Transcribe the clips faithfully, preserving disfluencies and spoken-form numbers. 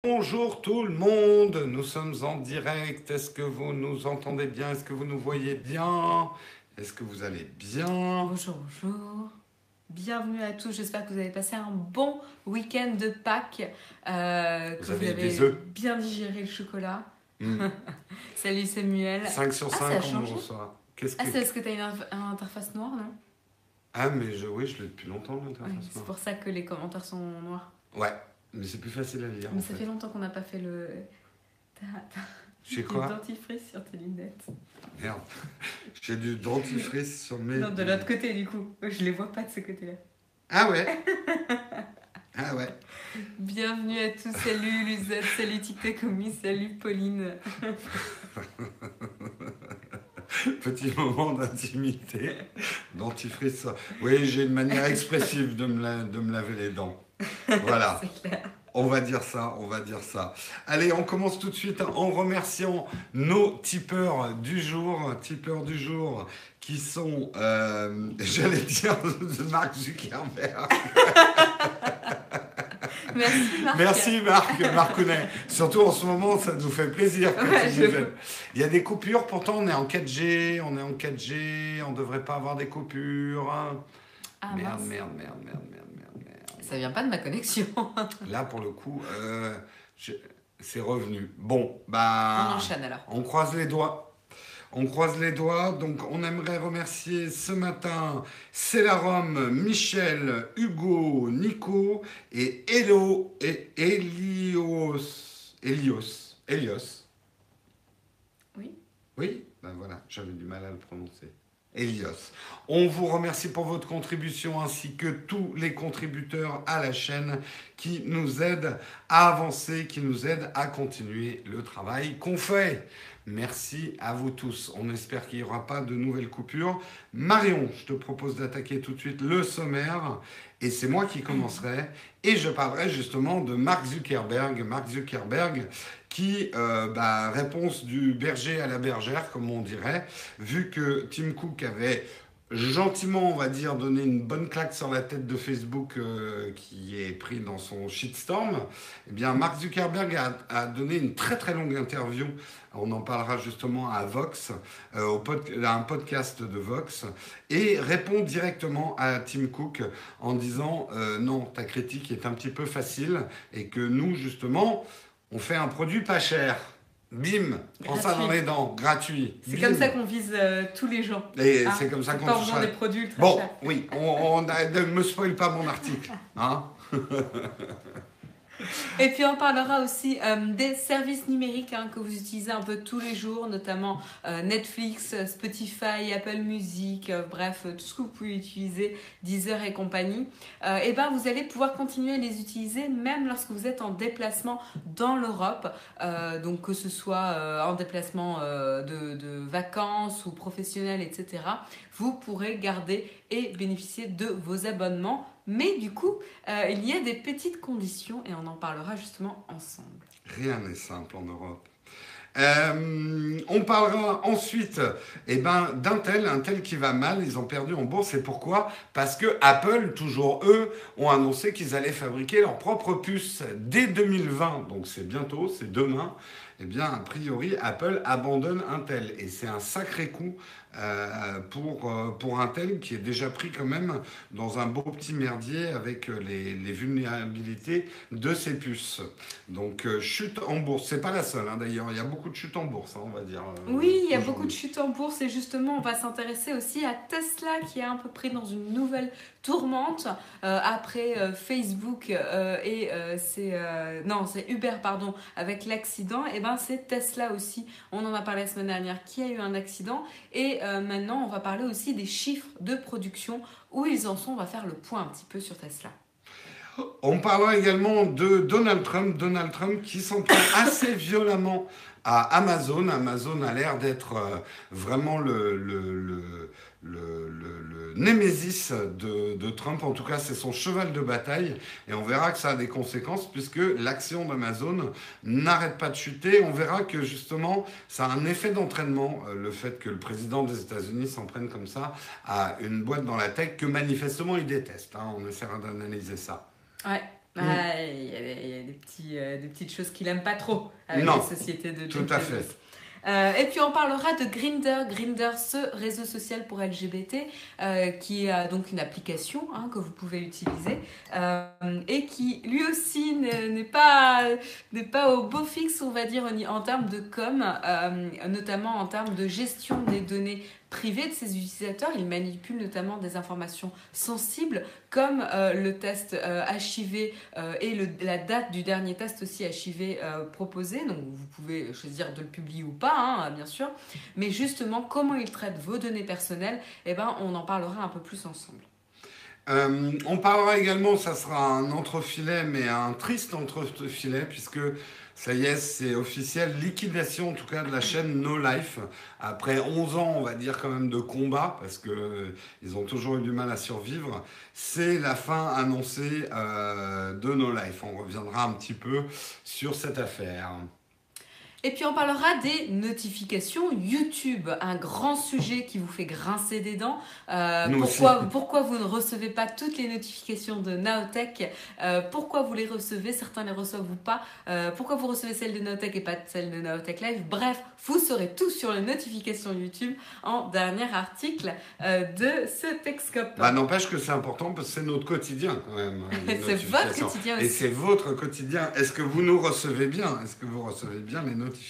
Bonjour tout le monde, nous sommes en direct. Est-ce que vous nous entendez bien? Est-ce que vous nous voyez bien? Est-ce que vous allez bien? Bonjour, bonjour. Bienvenue à tous. J'espère que vous avez passé un bon week-end de Pâques, euh, Vous que vous avez avez des œufs? bien digéré le chocolat. Hmm. Salut Samuel. cinq sur Ah, ça a cinq en changé. bonsoir. Qu'est-ce Ah, que... c'est parce que tu as une, inf- une interface noire, non? Ah mais je, oui, je l'ai depuis longtemps Oui, l'interface c'est noire. pour ça que les commentaires sont noirs. Ouais, mais c'est plus facile à lire Mais en ça fait. fait longtemps qu'on n'a pas fait le. T'as t'as J'ai du quoi? dentifrice sur tes lunettes. Merde. J'ai du dentifrice sur mes... Non, de l'autre côté, du coup. Je les vois pas de ce côté-là. Ah ouais. Ah ouais. Bienvenue à tous. Salut Luzette, salut TikTokumi, salut Pauline. Petit moment d'intimité. Dentifrice. Oui, j'ai une manière expressive de me, la- de me laver les dents. Voilà. C'est clair. On va dire ça, on va dire ça. Allez, on commence tout de suite en remerciant nos tipeurs du jour, tipeurs du jour qui sont, euh, j'allais dire, de Mark Zuckerberg. Merci Marc. Merci Marc, Marcounet. Surtout en ce moment, ça nous fait plaisir quand Ouais, tu nous je- aides. Il y a des coupures, pourtant on est en quatre G, on est en quatre G, on devrait pas avoir des coupures. Ah Merde, mince. merde, merde, merde, merde, merde, merde. Ça vient pas de ma connexion. Là, pour le coup, euh, je- c'est revenu. Bon, On bah, enchaîne alors. on croise les doigts. On croise les doigts. Donc, on aimerait remercier ce matin Célarum, Michel, Hugo, Nico et Hello et Elios. Elios. Elios. Oui. Oui, ben voilà, j'avais du mal à le prononcer. Elios. On vous remercie pour votre contribution ainsi que tous les contributeurs à la chaîne qui nous aident à avancer, qui nous aident à continuer le travail qu'on fait. Merci à vous tous. On espère qu'il n'y aura pas de nouvelles coupures. Marion, je te propose d'attaquer tout de suite le sommaire et c'est moi qui commencerai et je parlerai justement de Mark Zuckerberg. Mark Zuckerberg qui, euh, bah, réponse du berger à la bergère, comme on dirait, vu que Tim Cook avait gentiment, on va dire, donné une bonne claque sur la tête de Facebook euh, qui est pris dans son shitstorm, eh bien, Mark Zuckerberg a, a donné une très très longue interview, on en parlera justement à Vox, euh, au pod, à un podcast de Vox, et répond directement à Tim Cook en disant euh, non, ta critique est un petit peu facile et que nous, justement, on fait un produit pas cher. Bim, prends ça dans Gratuit. les dents, gratuit. C'est Bim. comme ça qu'on vise euh, tous les gens. Et Hein, c'est comme ça c'est qu'on pas en touchera. faisant des produits ultra Bon, chers. oui, on, on a- ne me spoil pas mon article. Hein. Et puis on parlera aussi euh, des services numériques hein, que vous utilisez un peu tous les jours, notamment euh, Netflix, Spotify, Apple Music, euh, bref, tout ce que vous pouvez utiliser, Deezer et compagnie. Euh, et ben vous allez pouvoir continuer à les utiliser même lorsque vous êtes en déplacement dans l'Europe, euh, donc que ce soit euh, en déplacement euh, de, de vacances ou professionnel, et cetera. Vous pourrez garder et bénéficier de vos abonnements. Mais du coup, euh, il y a des petites conditions et on en parlera justement ensemble. Rien n'est simple en Europe. Euh, on parlera ensuite eh ben, d'Intel, Intel qui va mal, ils ont perdu en bourse. Et pourquoi? Parce que Apple, toujours eux, ont annoncé qu'ils allaient fabriquer leur propre puce dès deux mille vingt. Donc c'est bientôt, c'est demain. Eh bien, a priori, Apple abandonne Intel. Et c'est un sacré coup euh, pour, euh, pour Intel qui est déjà pris quand même dans un beau petit merdier avec les, les vulnérabilités de ses puces. Donc, euh, chute en bourse. C'est pas la seule, hein, d'ailleurs. Il y a beaucoup de chutes en bourse, hein, on va dire. euh, Oui, il y a aujourd'hui. beaucoup de chutes en bourse et justement, on va s'intéresser aussi à Tesla qui est un peu pris dans une nouvelle tourmente euh, après euh, Facebook euh, et euh, c'est euh, non, c'est Uber pardon, avec l'accident. Et ben c'est Tesla aussi. On en a parlé la semaine dernière qui a eu un accident et euh, maintenant on va parler aussi des chiffres de production où ils en sont. On va faire le point un petit peu sur Tesla. On parlera également de Donald Trump. Donald Trump qui s'en prend assez violemment à Amazon. Amazon a l'air d'être euh, vraiment le, le, le, le, le, le némésis de, de Trump. En tout cas, c'est son cheval de bataille. Et on verra que ça a des conséquences puisque l'action d'Amazon n'arrête pas de chuter. On verra que justement, ça a un effet d'entraînement, euh, le fait que le président des États-Unis s'en prenne comme ça à une boîte dans la tech que manifestement il déteste. Hein. On essaiera d'analyser ça. Ouais. Ah, il y a, il y a des, petits, euh, des petites choses qu'il n'aime pas trop avec Non, les sociétés de tout Jeff à Bezos. fait. Euh, et puis on parlera de Grindr, Grindr, ce réseau social pour L G B T, euh, qui a donc une application hein, que vous pouvez utiliser euh, et qui lui aussi n'est n'est pas, n'est pas au beau fixe, on va dire, en, en termes de com, euh, notamment en termes de gestion des données privées de ses utilisateurs. Il manipule notamment des informations sensibles comme euh, le test euh, H I V euh, et le, la date du dernier test aussi H I V euh, proposé. Donc vous pouvez choisir de le publier ou pas, hein, bien sûr. Mais justement, comment il traite vos données personnelles, eh ben, on en parlera un peu plus ensemble. Euh, on parlera également, ça sera un entrefilet, mais un triste entrefilet, puisque ça y est, c'est officiel, liquidation en tout cas de la chaîne No Life. Après onze ans, on va dire quand même de combat, parce que euh, ils ont toujours eu du mal à survivre. C'est la fin annoncée euh, de No Life. On reviendra un petit peu sur cette affaire. Et puis on parlera des notifications YouTube, un grand sujet qui vous fait grincer des dents. Euh, pourquoi, pourquoi vous ne recevez pas toutes les notifications de Nowtech euh, Pourquoi vous les recevez? Certains les reçoivent ou pas. Euh, pourquoi vous recevez celles de Nowtech et pas celles de Nowtech Live? Bref, vous saurez tout sur les notifications YouTube en dernier article euh, de ce Techscope. Bah, n'empêche que c'est important parce que c'est notre quotidien quand même. C'est votre quotidien aussi. Et c'est votre quotidien. Est-ce que vous nous recevez bien? Est-ce que vous recevez bien les notifications?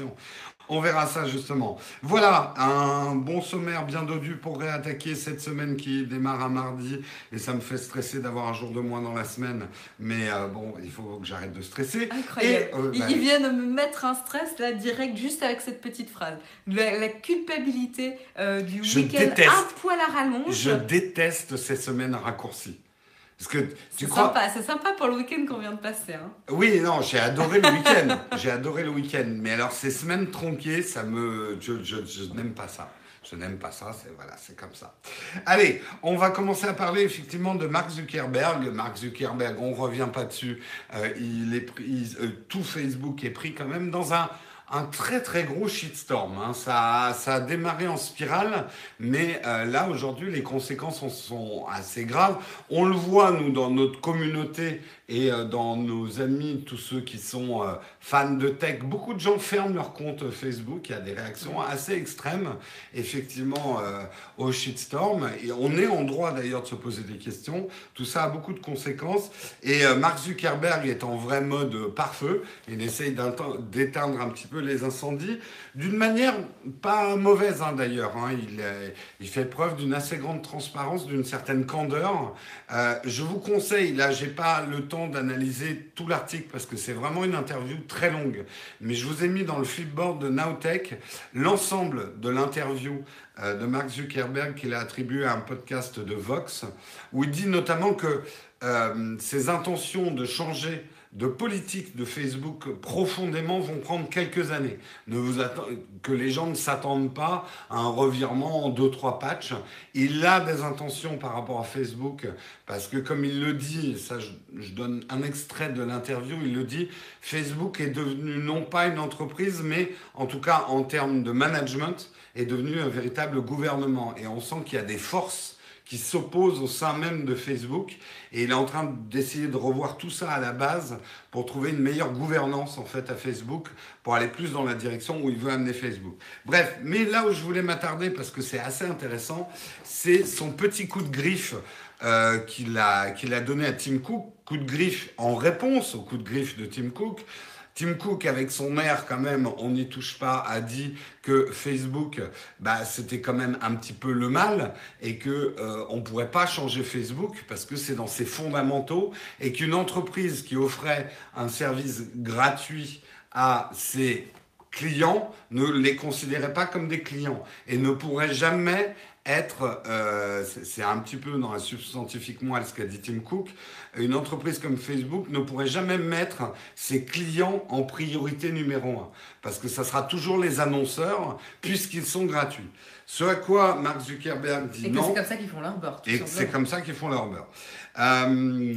On verra ça justement. Voilà, un bon sommaire bien dodu pour réattaquer cette semaine qui démarre un mardi. Et ça me fait stresser d'avoir un jour de moins dans la semaine. Mais euh, bon, il faut que j'arrête de stresser. Incroyable. Et, euh, bah, il vient de me mettre un stress là direct juste avec cette petite phrase. La, la culpabilité euh, du week-end un poil à rallonge. Je déteste ces semaines raccourcies. Parce que tu c'est crois... sympa, c'est sympa pour le week-end qu'on vient de passer. Hein. Oui, non, j'ai adoré le week-end. J'ai adoré le week-end. Mais alors, ces semaines tronquées, ça me... Je, je, je n'aime pas ça. Je n'aime pas ça, c'est voilà, c'est comme ça. Allez, on va commencer à parler effectivement de Mark Zuckerberg. Mark Zuckerberg, on ne revient pas dessus. Euh, il est pris, euh, tout Facebook est pris quand même dans un... un très très gros shitstorm. Hein. Ça, ça a démarré en spirale, mais euh, là aujourd'hui les conséquences sont, sont assez graves. On le voit nous dans notre communauté et euh, dans nos amis, tous ceux qui sont euh, fans de tech. Beaucoup de gens ferment leur compte Facebook. Il y a des réactions assez extrêmes effectivement euh, au shitstorm. Et on est en droit d'ailleurs de se poser des questions. Tout ça a beaucoup de conséquences. Et euh, Mark Zuckerberg est en vrai mode pare-feu. Il essaye d'éteindre un petit peu les incendies, d'une manière pas mauvaise hein, d'ailleurs. Hein. Il, euh, il fait preuve d'une assez grande transparence, d'une certaine candeur. Euh, je vous conseille, là j'ai pas le temps d'analyser tout l'article parce que c'est vraiment une interview très longue, mais je vous ai mis dans le flipboard de Nowtech l'ensemble de l'interview euh, de Mark Zuckerberg qu'il a attribué à un podcast de Vox, où il dit notamment que euh, ses intentions de changer de politique de Facebook profondément vont prendre quelques années. Ne vous attend... Que les gens ne s'attendent pas à un revirement en deux, trois patchs. Il a des intentions par rapport à Facebook, parce que comme il le dit, ça je, je donne un extrait de l'interview, il le dit, Facebook est devenu non pas une entreprise, mais en tout cas en termes de management, est devenu un véritable gouvernement. Et on sent qu'il y a des forces qui s'oppose au sein même de Facebook, et il est en train d'essayer de revoir tout ça à la base pour trouver une meilleure gouvernance en fait à Facebook, pour aller plus dans la direction où il veut amener Facebook. Bref, mais là où je voulais m'attarder, parce que c'est assez intéressant, c'est son petit coup de griffe euh, qu'il a, qu'il a donné à Tim Cook, coup de griffe en réponse au coup de griffe de Tim Cook. Tim Cook, avec son air quand même, on n'y touche pas, a dit que Facebook, bah, c'était quand même un petit peu le mal et que euh, on pourrait pas changer Facebook parce que c'est dans ses fondamentaux et qu'une entreprise qui offrait un service gratuit à ses clients ne les considérait pas comme des clients et ne pourrait jamais être, euh, c'est un petit peu dans la substantifique moelle ce qu'a dit Tim Cook, une entreprise comme Facebook ne pourrait jamais mettre ses clients en priorité numéro un, parce que ça sera toujours les annonceurs, puisqu'ils sont gratuits. Ce à quoi Mark Zuckerberg dit et non. Et c'est comme ça qu'ils font leur beurre. Et c'est comme ça qu'ils font leur beurre. Euh,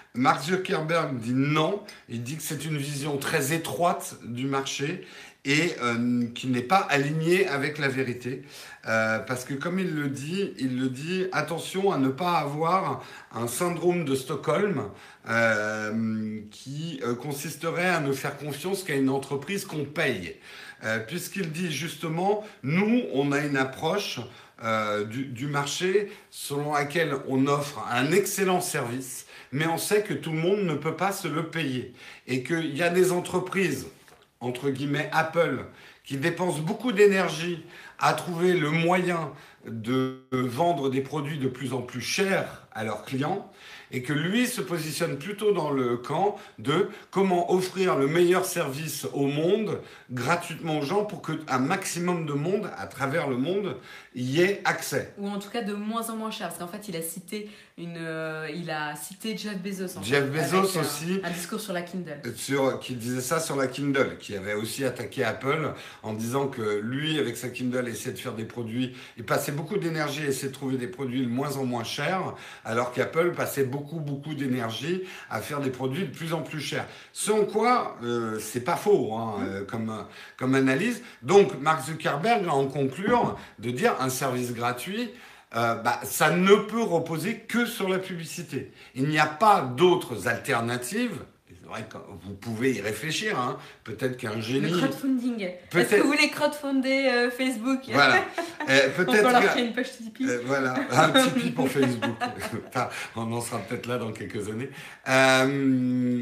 Mark Zuckerberg dit non. Il dit que c'est une vision très étroite du marché et euh, qui n'est pas alignée avec la vérité. Euh, parce que comme il le dit, il le dit, attention à ne pas avoir un syndrome de Stockholm euh, qui euh, consisterait à ne faire confiance qu'à une entreprise qu'on paye. Euh, puisqu'il dit justement, nous, on a une approche euh, du, du marché selon laquelle on offre un excellent service, mais on sait que tout le monde ne peut pas se le payer. Et qu'il y a des entreprises, entre guillemets Apple, qui dépensent beaucoup d'énergie à trouver le moyen de vendre des produits de plus en plus chers à leurs clients, et que lui se positionne plutôt dans le camp de comment offrir le meilleur service au monde gratuitement aux gens pour qu'un maximum de monde à travers le monde y ait accès. Ou en tout cas de moins en moins cher, parce qu'en fait il a cité une, euh, il a cité Jeff Bezos. En Jeff fait, Bezos avec, aussi, un, un discours sur la Kindle, sur, qui disait ça sur la Kindle, qui avait aussi attaqué Apple en disant que lui avec sa Kindle essayait de faire des produits, il passait beaucoup d'énergie à essayer de trouver des produits de moins en moins chers, alors qu'Apple passait beaucoup beaucoup, beaucoup d'énergie à faire des produits de plus en plus chers. Selon quoi, euh, c'est pas faux hein, euh, comme, comme analyse. Donc, Mark Zuckerberg va en conclure de dire un service gratuit, euh, bah, ça ne peut reposer que sur la publicité. Il n'y a pas d'autres alternatives. C'est vrai que vous pouvez y réfléchir, hein. Peut-être qu'un génie... Le crowdfunding. Peut-être... Est-ce que vous voulez crowdfonder euh, Facebook? Voilà. Euh, peut-être on peut leur que... créer une page Tipeee. Euh, voilà, un Tipeee pour Facebook. Enfin, on en sera peut-être là dans quelques années. Euh...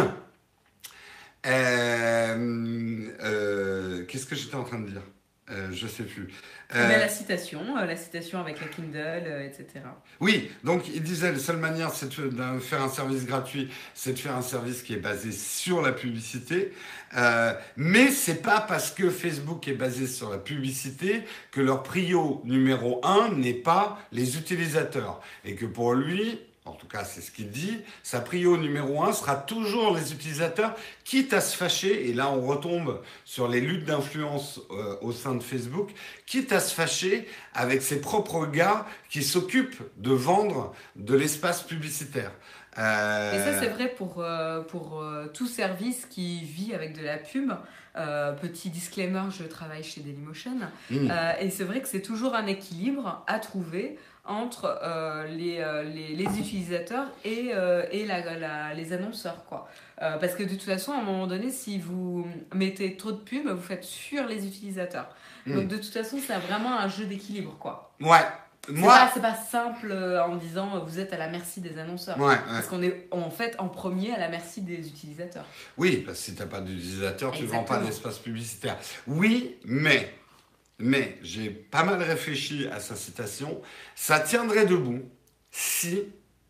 euh... Euh... Qu'est-ce que j'étais en train de dire? Euh, je sais plus. Euh, Mais la citation, euh, la citation avec la Kindle, euh, et cetera. Oui, donc il disait la seule manière c'est de faire un service gratuit, c'est de faire un service qui est basé sur la publicité. Euh, mais c'est pas parce que Facebook est basé sur la publicité que leur prio numéro un n'est pas les utilisateurs. Et que pour lui, en tout cas c'est ce qu'il dit, sa prio numéro un sera toujours les utilisateurs, quitte à se fâcher, et là on retombe sur les luttes d'influence euh, au sein de Facebook, quitte à se fâcher avec ses propres gars qui s'occupent de vendre de l'espace publicitaire. Euh... Et ça c'est vrai pour, euh, pour euh, tout service qui vit avec de la pub. Euh, petit disclaimer, je travaille chez Dailymotion. Mmh. Euh, et c'est vrai que c'est toujours un équilibre à trouver entre euh, les, euh, les, les utilisateurs et, euh, et la, la, les annonceurs, quoi. Euh, parce que de toute façon, à un moment donné, si vous mettez trop de pubs, vous faites fuir les utilisateurs. Mmh. Donc de toute façon, c'est vraiment un jeu d'équilibre, quoi. Ouais. C'est, Moi... pas, c'est pas simple en disant vous êtes à la merci des annonceurs. Ouais, ouais. Parce qu'on est en fait en premier à la merci des utilisateurs. Oui, parce que si tu n'as pas d'utilisateurs, tu ne vends pas d'espace publicitaire. Oui, mais, mais j'ai pas mal réfléchi à sa citation. Ça tiendrait debout si,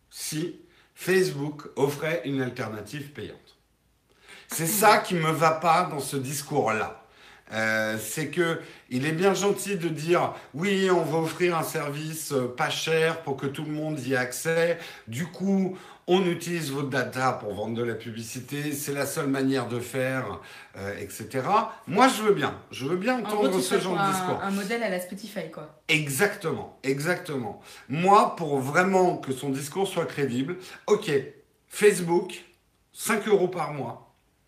si Facebook offrait une alternative payante. C'est ça qui ne me va pas dans ce discours-là. Euh, c'est que il est bien gentil de dire oui, on va offrir un service pas cher pour que tout le monde y ait accès. Du coup, on utilise votre data pour vendre de la publicité. C'est la seule manière de faire, euh, et cetera. Moi, je veux bien. Je veux bien entendre gros, ce genre un, de discours. Un modèle à la Spotify, quoi. Exactement, exactement. Moi, pour vraiment que son discours soit crédible, ok, Facebook, cinq euros par mois.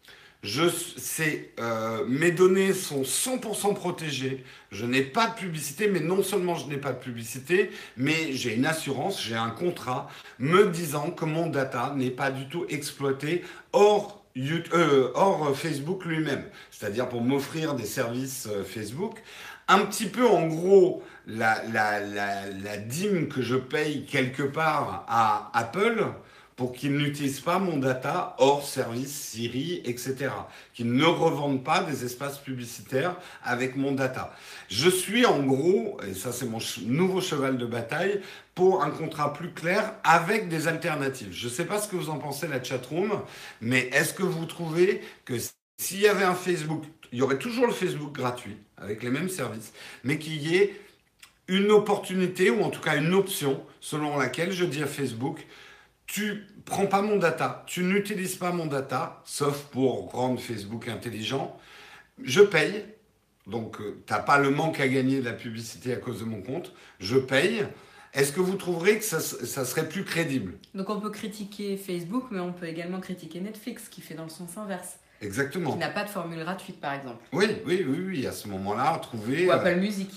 Je sais, euh, mes données sont cent pour cent protégées. Je n'ai pas de publicité, mais non seulement je n'ai pas de publicité, mais j'ai une assurance, j'ai un contrat me disant que mon data n'est pas du tout exploité hors, YouTube, euh, hors Facebook lui-même. C'est-à-dire pour m'offrir des services euh, Facebook. Un petit peu, en gros, la, la, la, la dîme que je paye quelque part à Apple pour qu'ils n'utilisent pas mon data hors service Siri, et cetera. Qu'ils ne revendent pas des espaces publicitaires avec mon data. Je suis en gros, et ça c'est mon nouveau cheval de bataille, pour un contrat plus clair avec des alternatives. Je ne sais pas ce que vous en pensez, la chatroom, mais est-ce que vous trouvez que s'il y avait un Facebook, il y aurait toujours le Facebook gratuit, avec les mêmes services, mais qu'il y ait une opportunité, ou en tout cas une option, selon laquelle je dis à Facebook, tu prends pas mon data, tu n'utilises pas mon data, sauf pour rendre Facebook intelligent. Je paye, donc euh, tu n'as pas le manque à gagner de la publicité à cause de mon compte. Je paye, est-ce que vous trouverez que ça, ça serait plus crédible? Donc on peut critiquer Facebook, mais on peut également critiquer Netflix, qui fait dans le sens inverse. Exactement. Qui n'a pas de formule gratuite, par exemple. Oui, oui, oui, oui, à ce moment-là, trouver... Ou Apple euh, Music.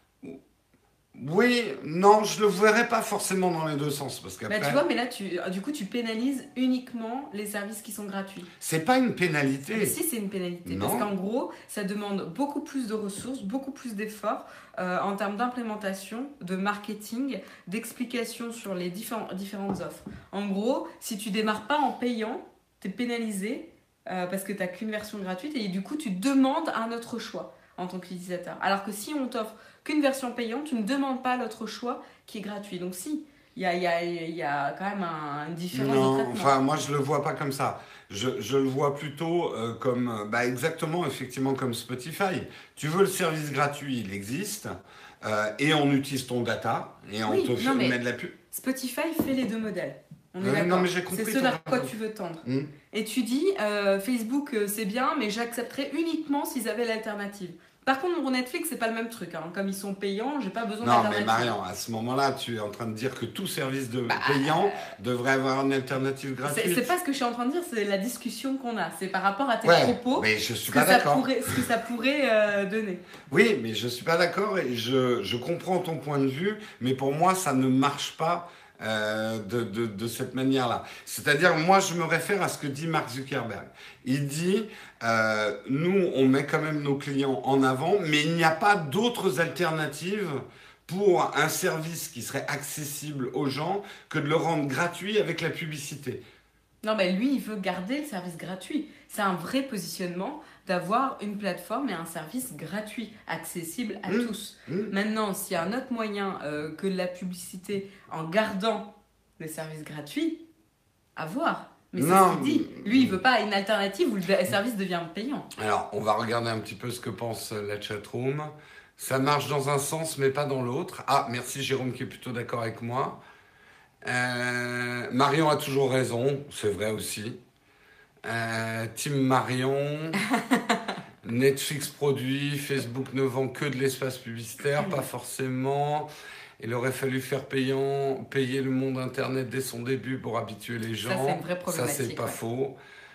Oui, non, je le verrais pas forcément dans les deux sens, parce qu'après... Bah, tu vois, mais là, tu, du coup, tu pénalises uniquement les services qui sont gratuits. C'est pas une pénalité. Mais si, c'est une pénalité. Non. Parce qu'en gros, ça demande beaucoup plus de ressources, beaucoup plus d'efforts euh, en termes d'implémentation, de marketing, d'explication sur les différents, différentes offres. En gros, si tu démarres pas en payant, tu es pénalisé euh, parce que tu n'as qu'une version gratuite et du coup, tu demandes un autre choix en tant qu'utilisateur. Alors que si on t'offre qu'une version payante, tu ne demandes pas l'autre choix qui est gratuit. Donc si, il y a, y, a, y a quand même un, une différence non, de traitement. Enfin, moi, je le vois pas comme ça. Je, je le vois plutôt euh, comme, bah, exactement, effectivement, comme Spotify. Tu veux le service gratuit, il existe, euh, et on utilise ton data, et on oui, te fait, met de la pub. Spotify fait les deux modèles. On est Euh, d'accord. non, mais j'ai compris. C'est ce vers quoi tu veux tendre. Mmh. Et tu dis, euh, Facebook, euh, c'est bien, mais j'accepterais uniquement s'ils avaient l'alternative. Par contre, pour Netflix, c'est pas le même truc. Hein. Comme ils sont payants, j'ai pas besoin d'alternative. Non, mais Marion, à ce moment-là, tu es en train de dire que tout service de bah, payant euh... devrait avoir une alternative gratuite. C'est pas ce que je suis en train de dire, c'est la discussion qu'on a. C'est par rapport à tes ouais, propos, mais je suis ce, pas que ça pourrait, ce que ça pourrait euh, donner. Oui, mais je suis pas d'accord et je, je comprends ton point de vue, mais pour moi, ça ne marche pas. Euh, de, de, de cette manière-là. C'est-à-dire, moi, je me réfère à ce que dit Mark Zuckerberg. Il dit, euh, nous, on met quand même nos clients en avant, mais il n'y a pas d'autres alternatives pour un service qui serait accessible aux gens que de le rendre gratuit avec la publicité. Non, mais lui, il veut garder le service gratuit. C'est un vrai positionnement d'avoir une plateforme et un service gratuit, accessible à mmh. tous. Mmh. Maintenant, s'il y a un autre moyen euh, que la publicité en gardant le service gratuit, à voir. Mais c'est ce qu'il dit. Lui, il veut pas une alternative où le service devient payant. Alors, on va regarder un petit peu ce que pense la chatroom. Ça marche dans un sens, mais pas dans l'autre. Ah, merci Jérôme qui est plutôt d'accord avec moi. Euh, Marion a toujours raison, c'est vrai aussi. Euh, Team Marion, Netflix produit, Facebook ne vend que de l'espace publicitaire, pas forcément. Il aurait fallu faire payant, payer le monde internet dès son début pour habituer les gens. Ça, c'est une vraie problématique. Ça, c'est pas ouais. faux.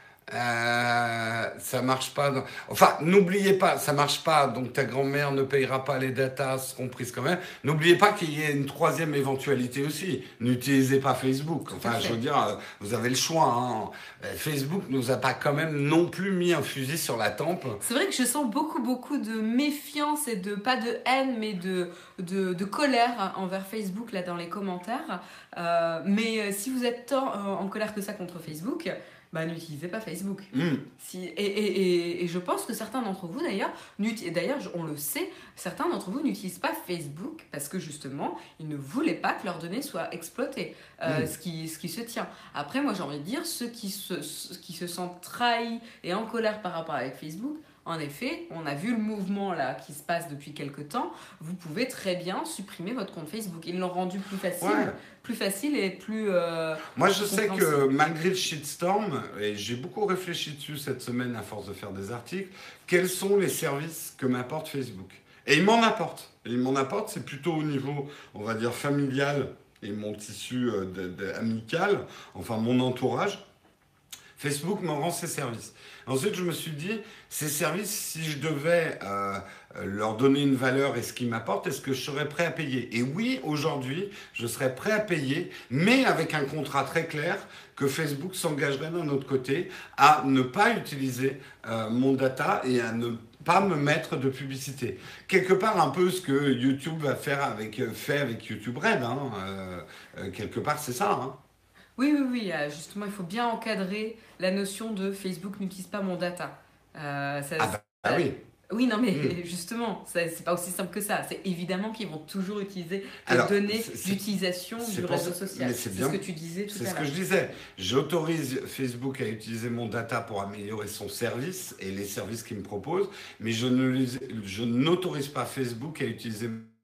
Euh, ça marche pas. Dans... Enfin, n'oubliez pas, ça marche pas. Donc ta grand-mère ne payera pas les datas, seront prises quand même. N'oubliez pas qu'il y a une troisième éventualité aussi. N'utilisez pas Facebook. Enfin, je veux dire, vous avez le choix. Hein. Facebook nous a pas quand même non plus mis un fusil sur la tempe. C'est vrai que je sens beaucoup, beaucoup de méfiance et de pas de haine, mais de de, de colère envers Facebook là dans les commentaires. Euh, mais si vous êtes tant en colère que ça contre Facebook. Bah, n'utilisez pas Facebook. Mmh. Si, et, et, et, et je pense que certains d'entre vous, d'ailleurs, et d'ailleurs, on le sait, certains d'entre vous n'utilisent pas Facebook parce que justement, ils ne voulaient pas que leurs données soient exploitées, euh, mmh. ce, qui, ce qui se tient. Après, moi, j'ai envie de dire, ceux qui se, ceux qui se sentent trahis et en colère par rapport avec Facebook, en effet, on a vu le mouvement là qui se passe depuis quelques temps. Vous pouvez très bien supprimer votre compte Facebook. Ils l'ont rendu plus facile, ouais. plus facile et plus. Euh, Moi, je sais que malgré le shitstorm, et j'ai beaucoup réfléchi dessus cette semaine à force de faire des articles, quels sont les services que m'apporte Facebook ? Et il m'en apporte. Et il m'en apporte, c'est plutôt au niveau, on va dire, familial et mon tissu euh, de, de, amical, enfin mon entourage. Facebook me rend ses services. Ensuite, je me suis dit, ces services, si je devais euh, leur donner une valeur et ce qu'ils m'apportent, est-ce que je serais prêt à payer ? Et oui, aujourd'hui, je serais prêt à payer, mais avec un contrat très clair que Facebook s'engagerait d'un autre côté à ne pas utiliser euh, mon data et à ne pas me mettre de publicité. Quelque part, un peu ce que YouTube va faire avec, fait avec YouTube Red. Hein. Euh, euh, quelque part, c'est ça. Hein. Oui, oui, oui. Justement, il faut bien encadrer la notion de Facebook n'utilise pas mon data. Euh, ça, ah bah, ça, ah oui. Oui, non, mais mmh. justement, ça, c'est pas aussi simple que ça. C'est évidemment qu'ils vont toujours utiliser les Alors, données c'est, d'utilisation c'est du réseau social. C'est, c'est bien, ce que tu disais tout à l'heure. C'est ce que je disais. J'autorise Facebook à utiliser mon data pour améliorer son service et les services qu'il me propose, mais je, ne, je n'autorise pas Facebook à utiliser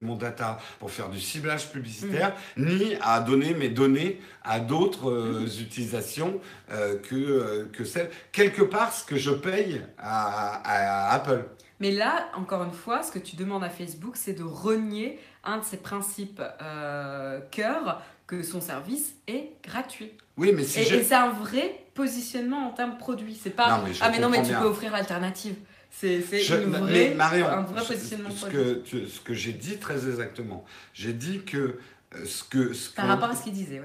mon data pour faire du ciblage publicitaire, mmh. ni à donner mes données à d'autres euh, mmh. utilisations euh, que, euh, que celles, quelque part, ce que je paye à, à, à Apple. Mais là, encore une fois, ce que tu demandes à Facebook, c'est de renier un de ses principes euh, cœur, que son service est gratuit. Oui, mais si et, je... et c'est un vrai positionnement en termes produits. C'est pas non, mais ah mais non mais tu bien. peux offrir alternative. C'est, c'est je, une vraie, mais Marion, un vrai positionnement ce, produit. Que tu, ce que j'ai dit très exactement, j'ai dit que ce que ce par rapport à ce qu'il disait, oui.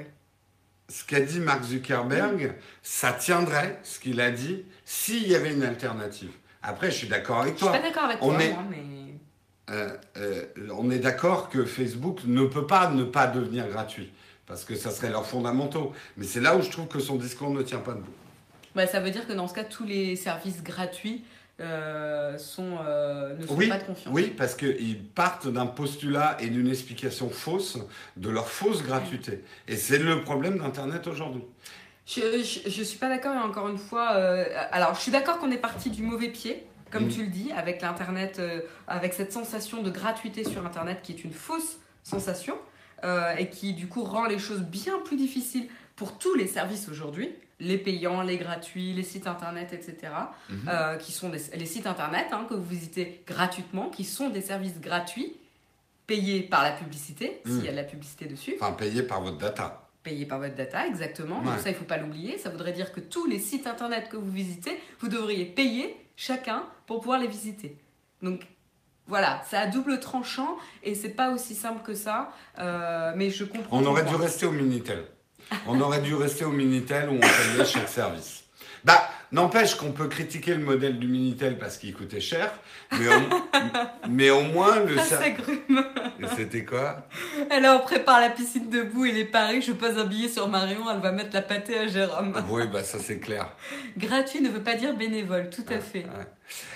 Ce qu'a dit Mark Zuckerberg, oui. ça tiendrait ce qu'il a dit s'il y avait une alternative. Après, je suis d'accord avec toi. Je suis pas d'accord avec on toi, est... moi, mais Euh, euh, on est d'accord que Facebook ne peut pas ne pas devenir gratuit, parce que ça serait leurs fondamentaux. Mais c'est là où je trouve que son discours ne tient pas debout. Bah, ça veut dire que dans ce cas, tous les services gratuits euh, sont, euh, ne sont oui, pas de confiance. Oui, parce qu'ils partent d'un postulat et d'une explication fausse de leur fausse gratuité. Et c'est le problème d'Internet aujourd'hui. Je ne suis pas d'accord, et encore une fois... Euh, alors, je suis d'accord qu'on est parti du mauvais pied, comme mmh. tu le dis, avec l'Internet, euh, avec cette sensation de gratuité sur Internet qui est une fausse sensation euh, et qui, du coup, rend les choses bien plus difficiles pour tous les services aujourd'hui, les payants, les gratuits, les sites Internet, et cetera, mmh. euh, qui sont des, les sites Internet hein, que vous visitez gratuitement, qui sont des services gratuits, payés par la publicité, mmh. s'il y a de la publicité dessus. Enfin, payés par votre data. Payé par votre data, exactement. Ouais. Donc ça, il ne faut pas l'oublier. Ça voudrait dire que tous les sites Internet que vous visitez, vous devriez payer chacun pour pouvoir les visiter. Donc voilà, c'est à double tranchant et c'est pas aussi simple que ça. Euh, mais je comprends. On aurait dû rester au Minitel. On aurait dû rester au Minitel où on payait chaque service. Bah, n'empêche qu'on peut critiquer le modèle du Minitel parce qu'il coûtait cher, mais au, mais au moins le... Ah, ça grume. Et c'était quoi? Alors, on prépare la piscine debout et les paris, je pose un billet sur Marion, elle va mettre la pâtée à Jérôme. Oui, bah ça c'est clair. Gratuit ne veut pas dire bénévole, tout à ouais, fait. Ouais.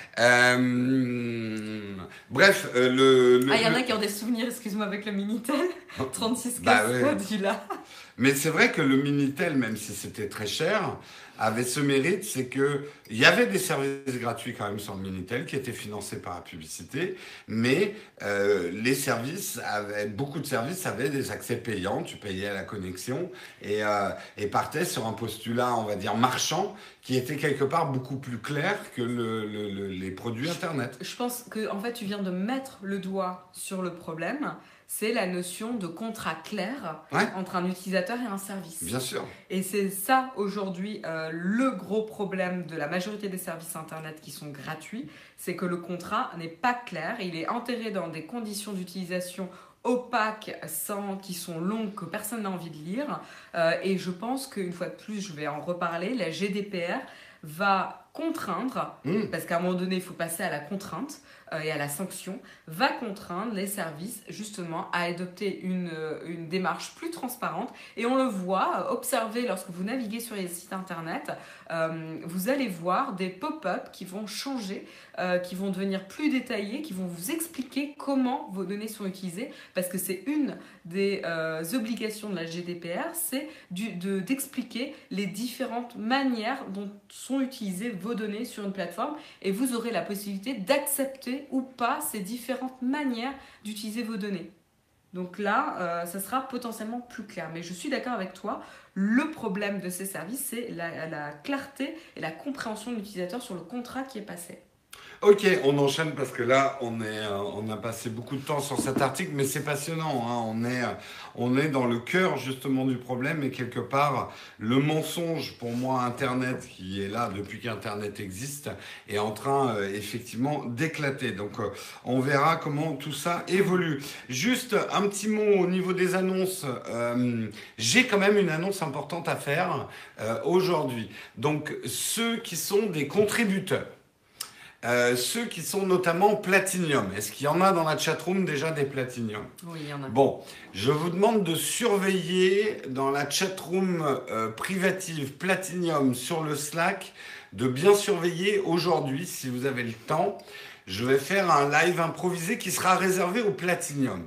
Euh... Bref, euh, le, le... Ah, il y en a qui ont des souvenirs, excuse-moi, avec le Minitel. trente-six bah, casse-codes, ouais. là. Mais c'est vrai que le Minitel, même si c'était très cher, avait ce mérite, c'est que il y avait des services gratuits quand même sur le Minitel qui étaient financés par la publicité, mais euh, les services avaient, beaucoup de services avaient des accès payants, tu payais à la connexion et, euh, et partaient sur un postulat, on va dire, marchand, qui était quelque part beaucoup plus clair que le, le, le, les produits Internet. Je pense que en fait, tu viens de mettre le doigt sur le problème. C'est la notion de contrat clair ouais. entre un utilisateur et un service. Bien sûr. Et c'est ça, aujourd'hui, euh, le gros problème de la majorité des services Internet qui sont gratuits, c'est que le contrat n'est pas clair, il est enterré dans des conditions d'utilisation opaques, sans, qui sont longues, que personne n'a envie de lire. Euh, et je pense qu'une fois de plus, je vais en reparler, la G D P R va contraindre, mmh. parce qu'à un moment donné, il faut passer à la contrainte, et à la sanction, va contraindre les services justement à adopter une, une démarche plus transparente. Et on le voit, observez lorsque vous naviguez sur les sites internet, euh, vous allez voir des pop-up qui vont changer, euh, qui vont devenir plus détaillés, qui vont vous expliquer comment vos données sont utilisées, parce que c'est une des euh, obligations de la G D P R, c'est du, de, d'expliquer les différentes manières dont sont utilisées vos données sur une plateforme, et vous aurez la possibilité d'accepter ou pas ces différentes manières d'utiliser vos données. Donc là, euh, ça sera potentiellement plus clair. Mais je suis d'accord avec toi, le problème de ces services, c'est la, la clarté et la compréhension de l'utilisateur sur le contrat qui est passé. Ok, on enchaîne parce que là, on, est, on a passé beaucoup de temps sur cet article, mais c'est passionnant. Hein. On, est, on est dans le cœur justement du problème et quelque part, le mensonge pour moi, Internet, qui est là depuis qu'Internet existe, est en train euh, effectivement d'éclater. Donc, euh, on verra comment tout ça évolue. Juste un petit mot au niveau des annonces. Euh, j'ai quand même une annonce importante à faire euh, aujourd'hui. Donc, ceux qui sont des contributeurs, Euh, ceux qui sont notamment Platinium. Est-ce qu'il y en a dans la chatroom déjà des Platinium? Oui, il y en a. Bon, je vous demande de surveiller dans la chatroom euh, privative Platinium sur le Slack, de bien surveiller aujourd'hui, si vous avez le temps. Je vais faire un live improvisé qui sera réservé au Platinium.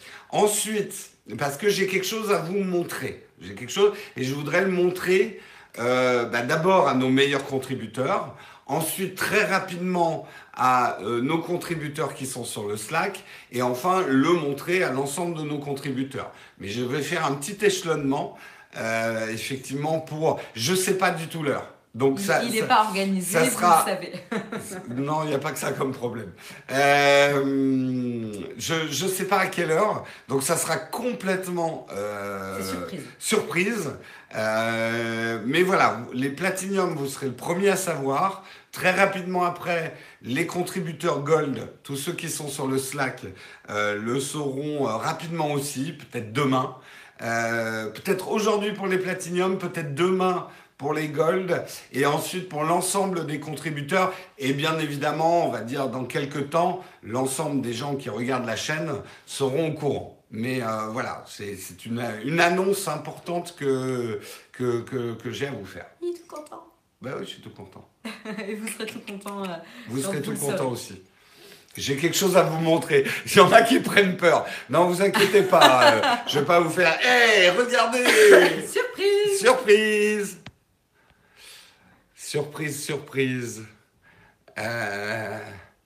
Ensuite, parce que j'ai quelque chose à vous montrer. J'ai quelque chose et je voudrais le montrer euh, bah, d'abord à nos meilleurs contributeurs. Ensuite, très rapidement, à euh, nos contributeurs qui sont sur le Slack. Et enfin, le montrer à l'ensemble de nos contributeurs. Mais je vais faire un petit échelonnement, euh, effectivement, pour... Je ne sais pas du tout l'heure. Donc ça, il n'est ça, pas organisé, ça sera... vous le savez. Non, il n'y a pas que ça comme problème. Euh, je ne sais pas à quelle heure, donc ça sera complètement euh, surprise. surprise. Euh, mais voilà, les Platinium, vous serez le premier à savoir. Très rapidement après, les contributeurs Gold, tous ceux qui sont sur le Slack, euh, le sauront euh, rapidement aussi, peut-être demain. Euh, peut-être aujourd'hui pour les Platinium, peut-être demain pour les Gold, et ensuite pour l'ensemble des contributeurs, et bien évidemment, on va dire dans quelques temps, l'ensemble des gens qui regardent la chaîne seront au courant. Mais euh, voilà, c'est, c'est une, une annonce importante que, que, que, que j'ai à vous faire. Il est tout content. Ben oui, je suis tout content. Et vous serez tout content. Euh, vous serez tout content saurez. aussi. J'ai quelque chose à vous montrer. Il y en a qui prennent peur. Non, vous inquiétez pas. euh, je vais pas vous faire « Hey, regardez !» Surprise. Surprise. Surprise, surprise. Euh...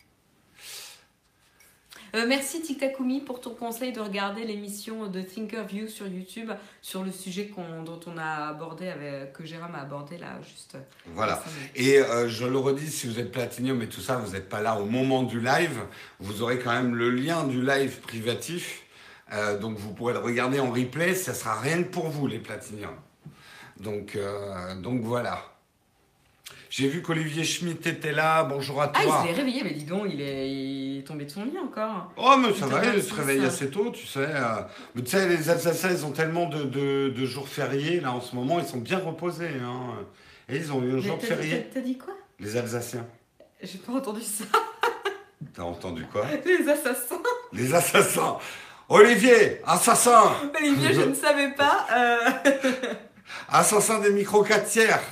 Euh, merci Tiktakumi pour ton conseil de regarder l'émission de Thinkerview sur YouTube sur le sujet qu'on, dont on a abordé, avec, que Jérôme a abordé là juste. Voilà. Et euh, je le redis, si vous êtes Platinium et tout ça, vous n'êtes pas là au moment du live, vous aurez quand même le lien du live privatif. Euh, donc vous pourrez le regarder en replay, ça sera rien que pour vous les Platinium. Donc, euh, donc voilà. J'ai vu qu'Olivier Schmitt était là. Bonjour à toi. Ah, il s'est réveillé, mais dis donc, il est, il est tombé de son lit encore. Oh, mais ça va, il se réveille assez tôt, tu sais. Mais tu sais, les Alsaciens, ils ont tellement de, de, de jours fériés, là, en ce moment, ils sont bien reposés. Hein. Et ils ont eu un mais jour t'as, férié. T'as, t'as dit quoi? Les Alsaciens. J'ai pas entendu ça. T'as entendu quoi? Les assassins. Les assassins. Olivier, assassin. Olivier, je ne savais pas. Euh... Assassin des micros quatre tiers.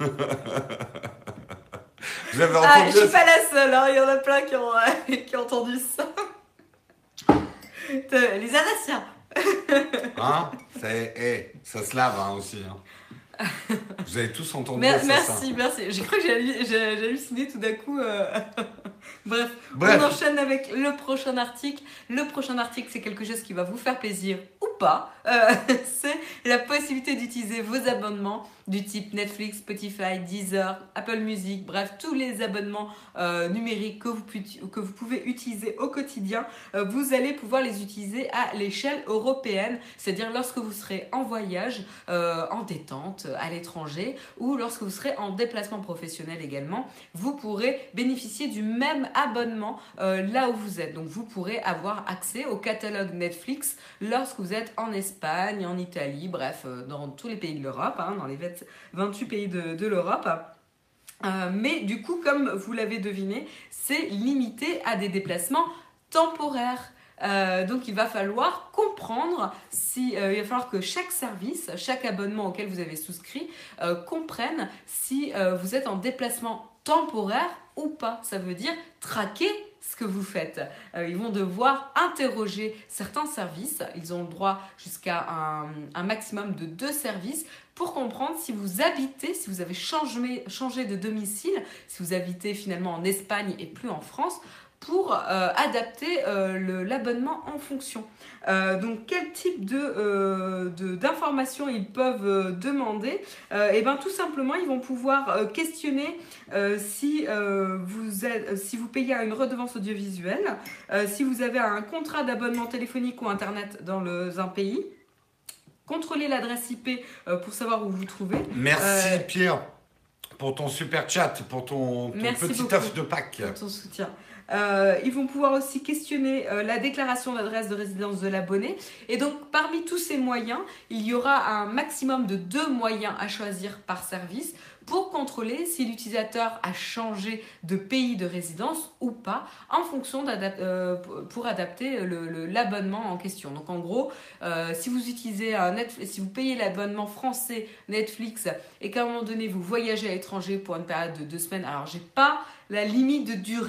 Vous avez entendu ah, je suis pas la seule, hein. Il y en a plein qui ont, euh, qui ont entendu ça. Les Alsaciens. Hein? C'est, hey, ça se lave hein, aussi. Hein. Vous avez tous entendu Mer- ça. Merci, merci. J'ai cru que j'ai, j'ai, j'ai halluciné tout d'un coup. Euh... Bref, Bref, on enchaîne avec le prochain article. Le prochain article, c'est quelque chose qui va vous faire plaisir ou pas. Euh, c'est la possibilité d'utiliser vos abonnements du type Netflix, Spotify, Deezer, Apple Music, bref, tous les abonnements euh, numériques que vous, que vous pouvez utiliser au quotidien, euh, vous allez pouvoir les utiliser à l'échelle européenne, c'est-à-dire lorsque vous serez en voyage, euh, en détente, à l'étranger, ou lorsque vous serez en déplacement professionnel également, vous pourrez bénéficier du même abonnement euh, là où vous êtes. Donc vous pourrez avoir accès au catalogue Netflix lorsque vous êtes en Espagne, en Italie, bref, euh, dans tous les pays de l'Europe, hein, dans les vingt-huit pays de, de l'Europe. Euh, mais du coup, comme vous l'avez deviné, c'est limité à des déplacements temporaires. Euh, donc il va falloir comprendre si euh, il va falloir que chaque service, chaque abonnement auquel vous avez souscrit euh, comprenne si euh, vous êtes en déplacement temporaire ou pas. Ça veut dire traquer ce que vous faites. Euh, ils vont devoir interroger certains services. Ils ont le droit jusqu'à un, un maximum de deux services pour comprendre si vous habitez, si vous avez changé, changé de domicile, si vous habitez finalement en Espagne et plus en France, pour euh, adapter euh, le, l'abonnement en fonction. Euh, donc, quel type de, euh, de, d'informations ils peuvent euh, demander? euh, Et bien, tout simplement, ils vont pouvoir euh, questionner euh, si, euh, vous êtes, si vous payez une redevance audiovisuelle, euh, si vous avez un contrat d'abonnement téléphonique ou Internet dans le, un pays, contrôler l'adresse I P euh, pour savoir où vous vous trouvez. Merci euh, Pierre pour ton super chat, pour ton, ton petit œuf de Pâques. Pour ton soutien. Euh, ils vont pouvoir aussi questionner euh, la déclaration d'adresse de résidence de l'abonné. Et donc, parmi tous ces moyens, il y aura un maximum de deux moyens à choisir par service pour contrôler si l'utilisateur a changé de pays de résidence ou pas, en fonction d'adap- euh, pour adapter le, le, l'abonnement en question. Donc, en gros, euh, si vous utilisez un Netflix, si vous payez l'abonnement français Netflix et qu'à un moment donné, vous voyagez à l'étranger pour une période de deux semaines, alors j'ai pas la limite de durée.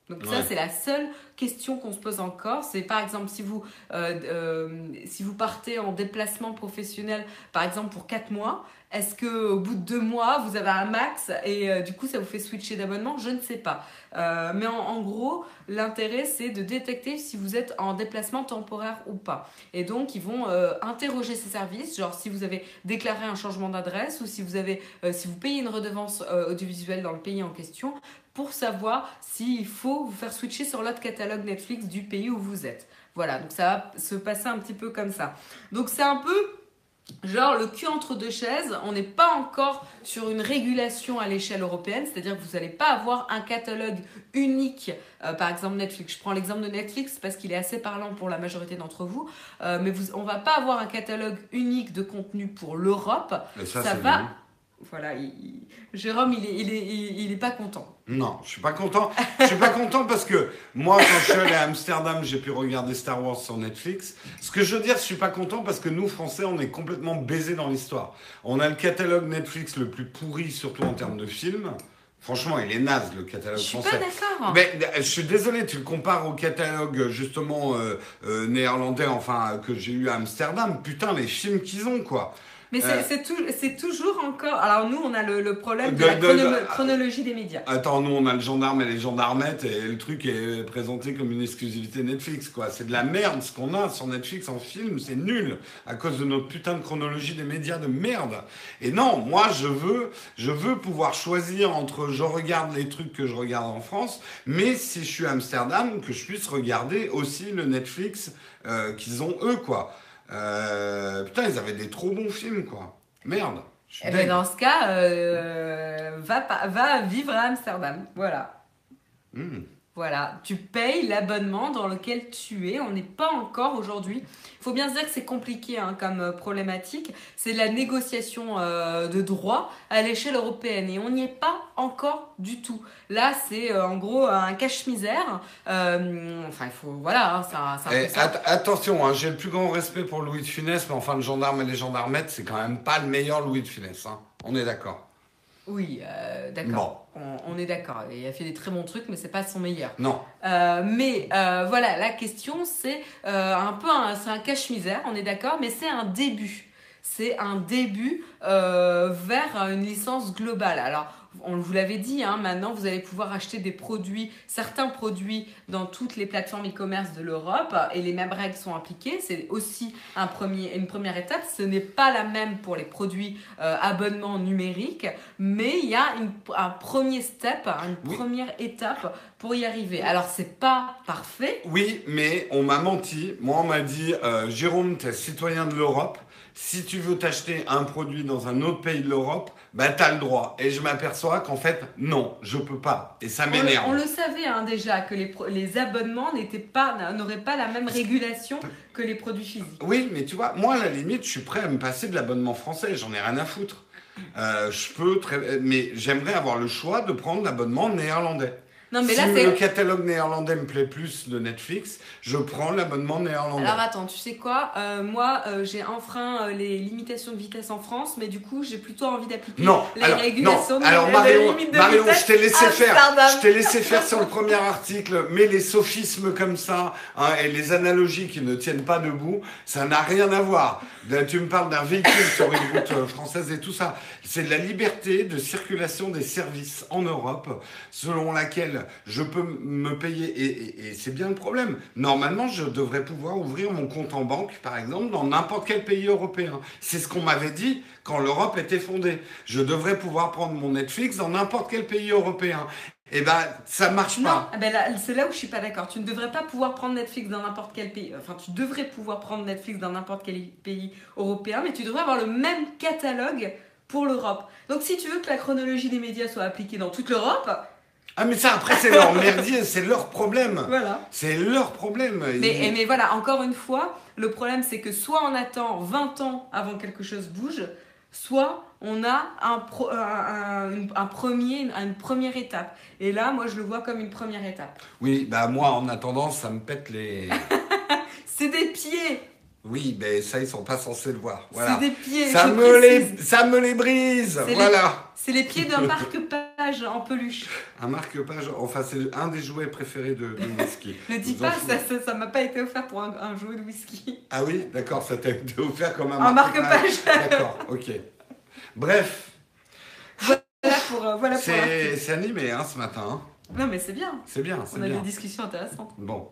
Donc Ouais. ça, c'est la seule question qu'on se pose encore. C'est par exemple si vous, euh, euh, si vous partez en déplacement professionnel, par exemple pour quatre mois, est-ce qu'au bout de deux mois, vous avez un max et euh, du coup, ça vous fait switcher d'abonnement? Je ne sais pas. Euh, mais en, en gros, l'intérêt, c'est de détecter si vous êtes en déplacement temporaire ou pas. Et donc, ils vont euh, interroger ces services, genre si vous avez déclaré un changement d'adresse ou si vous, avez, euh, si vous payez une redevance euh, audiovisuelle dans le pays en question, pour savoir s'il faut vous faire switcher sur l'autre catalogue Netflix du pays où vous êtes. Voilà, donc ça va se passer un petit peu comme ça. Donc c'est un peu genre le cul entre deux chaises. On n'est pas encore sur une régulation à l'échelle européenne, c'est-à-dire que vous n'allez pas avoir un catalogue unique, euh, par exemple Netflix. Je prends l'exemple de Netflix parce qu'il est assez parlant pour la majorité d'entre vous, euh, mais vous, on ne va pas avoir un catalogue unique de contenu pour l'Europe. Et ça, Ça c'est va... bien. Voilà, il- il- Jérôme, il est, il, est, il, il est pas content. Non, je suis pas content. Je suis pas content parce que moi, quand je suis allé à Amsterdam, j'ai pu regarder Star Wars sur Netflix. Ce que je veux dire, je suis pas content parce que nous, Français, on est complètement baisés dans l'histoire. On a le catalogue Netflix le plus pourri, surtout en termes de films. Franchement, il est naze, le catalogue Je suis français. pas d'accord. Mais euh, je suis désolé, tu le compares au catalogue justement euh, euh, néerlandais, enfin que j'ai eu à Amsterdam. Putain, les films qu'ils ont, quoi. Mais c'est Euh, c'est tou- c'est toujours encore. Alors, nous, on a le, le problème de, De- la de- chrono- de- chronologie des médias. Attends, nous on a le gendarme et les gendarmettes et le truc est présenté comme une exclusivité Netflix, quoi. C'est de la merde ce qu'on a sur Netflix en film, c'est nul à cause de notre putain de chronologie des médias de merde. Et non, moi je veux, je veux pouvoir choisir entre je regarde les trucs que je regarde en France, mais si je suis à Amsterdam, que je puisse regarder aussi le Netflix euh, qu'ils ont eux, quoi. Euh, putain, ils avaient des trop bons films, quoi. Merde. Je suis Et ben, deg. dans ce cas, euh, va, pa- va vivre à Amsterdam. Voilà. Hmm. Voilà, tu payes l'abonnement dans lequel tu es. On n'est pas encore aujourd'hui. Il faut bien se dire que c'est compliqué hein, comme euh, problématique. C'est de la négociation euh, de droit à l'échelle européenne et on n'y est pas encore du tout. Là, c'est euh, en gros un cache-misère. Euh, enfin, il faut. Voilà, hein, c'est un, c'est un Eh, peu ça. at- attention, hein, j'ai le plus grand respect pour Louis de Funès, mais enfin, le gendarme et les gendarmettes, c'est quand même pas le meilleur Louis de Funès. Hein. On est d'accord. Oui, euh, d'accord. On, on est d'accord. Il a fait des très bons trucs, mais c'est pas son meilleur. Non. Euh, mais euh, voilà, la question, c'est euh, un peu un, c'est un cache-misère, on est d'accord, mais c'est un début. C'est un début euh, vers une licence globale. Alors, on vous l'avait dit, hein, maintenant, vous allez pouvoir acheter des produits, certains produits dans toutes les plateformes e-commerce de l'Europe et les mêmes règles sont appliquées. C'est aussi un premier, une première étape. Ce n'est pas la même pour les produits euh, abonnements numériques, mais il y a une, un premier step, une Oui. première étape pour y arriver. Alors, c'est pas parfait. Oui, mais on m'a menti. Moi, on m'a dit, euh, Jérôme, t'es citoyen de l'Europe. Si tu veux t'acheter un produit dans un autre pays de l'Europe, bah t'as le droit. Et je m'aperçois qu'en fait, non, je peux pas. Et ça On le, m'énerve. on le savait hein, déjà que les, pro- les abonnements n'étaient pas, n'auraient pas la même régulation que les produits physiques. Oui, mais tu vois, moi, à la limite, je suis prêt à me passer de l'abonnement français. J'en ai rien à foutre. Euh, je peux très... Mais j'aimerais avoir le choix de prendre l'abonnement néerlandais. Non, mais si là, le c'est. catalogue néerlandais me plaît plus de Netflix, je prends l'abonnement néerlandais. Alors attends, tu sais quoi Euh, Moi, euh, j'ai enfreint euh, les limitations de vitesse en France, mais du coup, j'ai plutôt envie d'appliquer Non, les alors, régulations non. de, alors de Marion, limite de Marion, vitesse je t'ai laissé faire, Amsterdam. je t'ai laissé faire sur le premier article, mais les sophismes comme ça hein, et les analogies qui ne tiennent pas debout, ça n'a rien à voir. Là, tu me parles d'un véhicule sur une route euh, française et tout ça. C'est de la liberté de circulation des services en Europe, selon laquelle je peux m- me payer, et, et- et c'est bien le problème. Normalement, je devrais pouvoir ouvrir mon compte en banque, par exemple, dans n'importe quel pays européen. C'est ce qu'on m'avait dit quand l'Europe était fondée. Je devrais pouvoir prendre mon Netflix dans n'importe quel pays européen. Eh ben, ça marche Non, pas. eh ben là, c'est là où je suis pas d'accord. Tu ne devrais pas pouvoir prendre Netflix dans n'importe quel pays. Enfin, tu devrais pouvoir prendre Netflix dans n'importe quel pays européen, mais tu devrais avoir le même catalogue pour l'Europe. Donc, si tu veux que la chronologie des médias soit appliquée dans toute l'Europe, Ah, mais ça, après, c'est leur merdier, c'est leur problème. voilà. C'est leur problème. Mais, Ils- mais voilà, encore une fois, le problème c'est que soit on attend vingt ans avant que quelque chose bouge, soit on a un, pro- un, un- une, un premier, une, une première étape. Et là, moi, je le vois comme une première étape. Oui, bah moi, en attendant, ça me pète les... C'est des pieds. Oui, mais ça, ils sont pas censés le voir. Voilà. C'est des pieds. Ça je me, les, précise. ça me les brise. C'est Voilà. C'est les pieds d'un marque-page. marque-page en peluche. Un marque-page, enfin c'est un des jouets préférés de, de whisky. Ne dis pas, ça ça, ça m'a pas été offert pour un, un jouet de whisky. Ah oui, d'accord, ça t'a été offert comme un, Un marque-page. marque-page. D'accord, ok. Bref. Voilà pour, euh, voilà pour c'est, c'est animé hein, ce matin. Hein. Non mais c'est bien. C'est bien, c'est On bien. a des discussions intéressantes. Bon.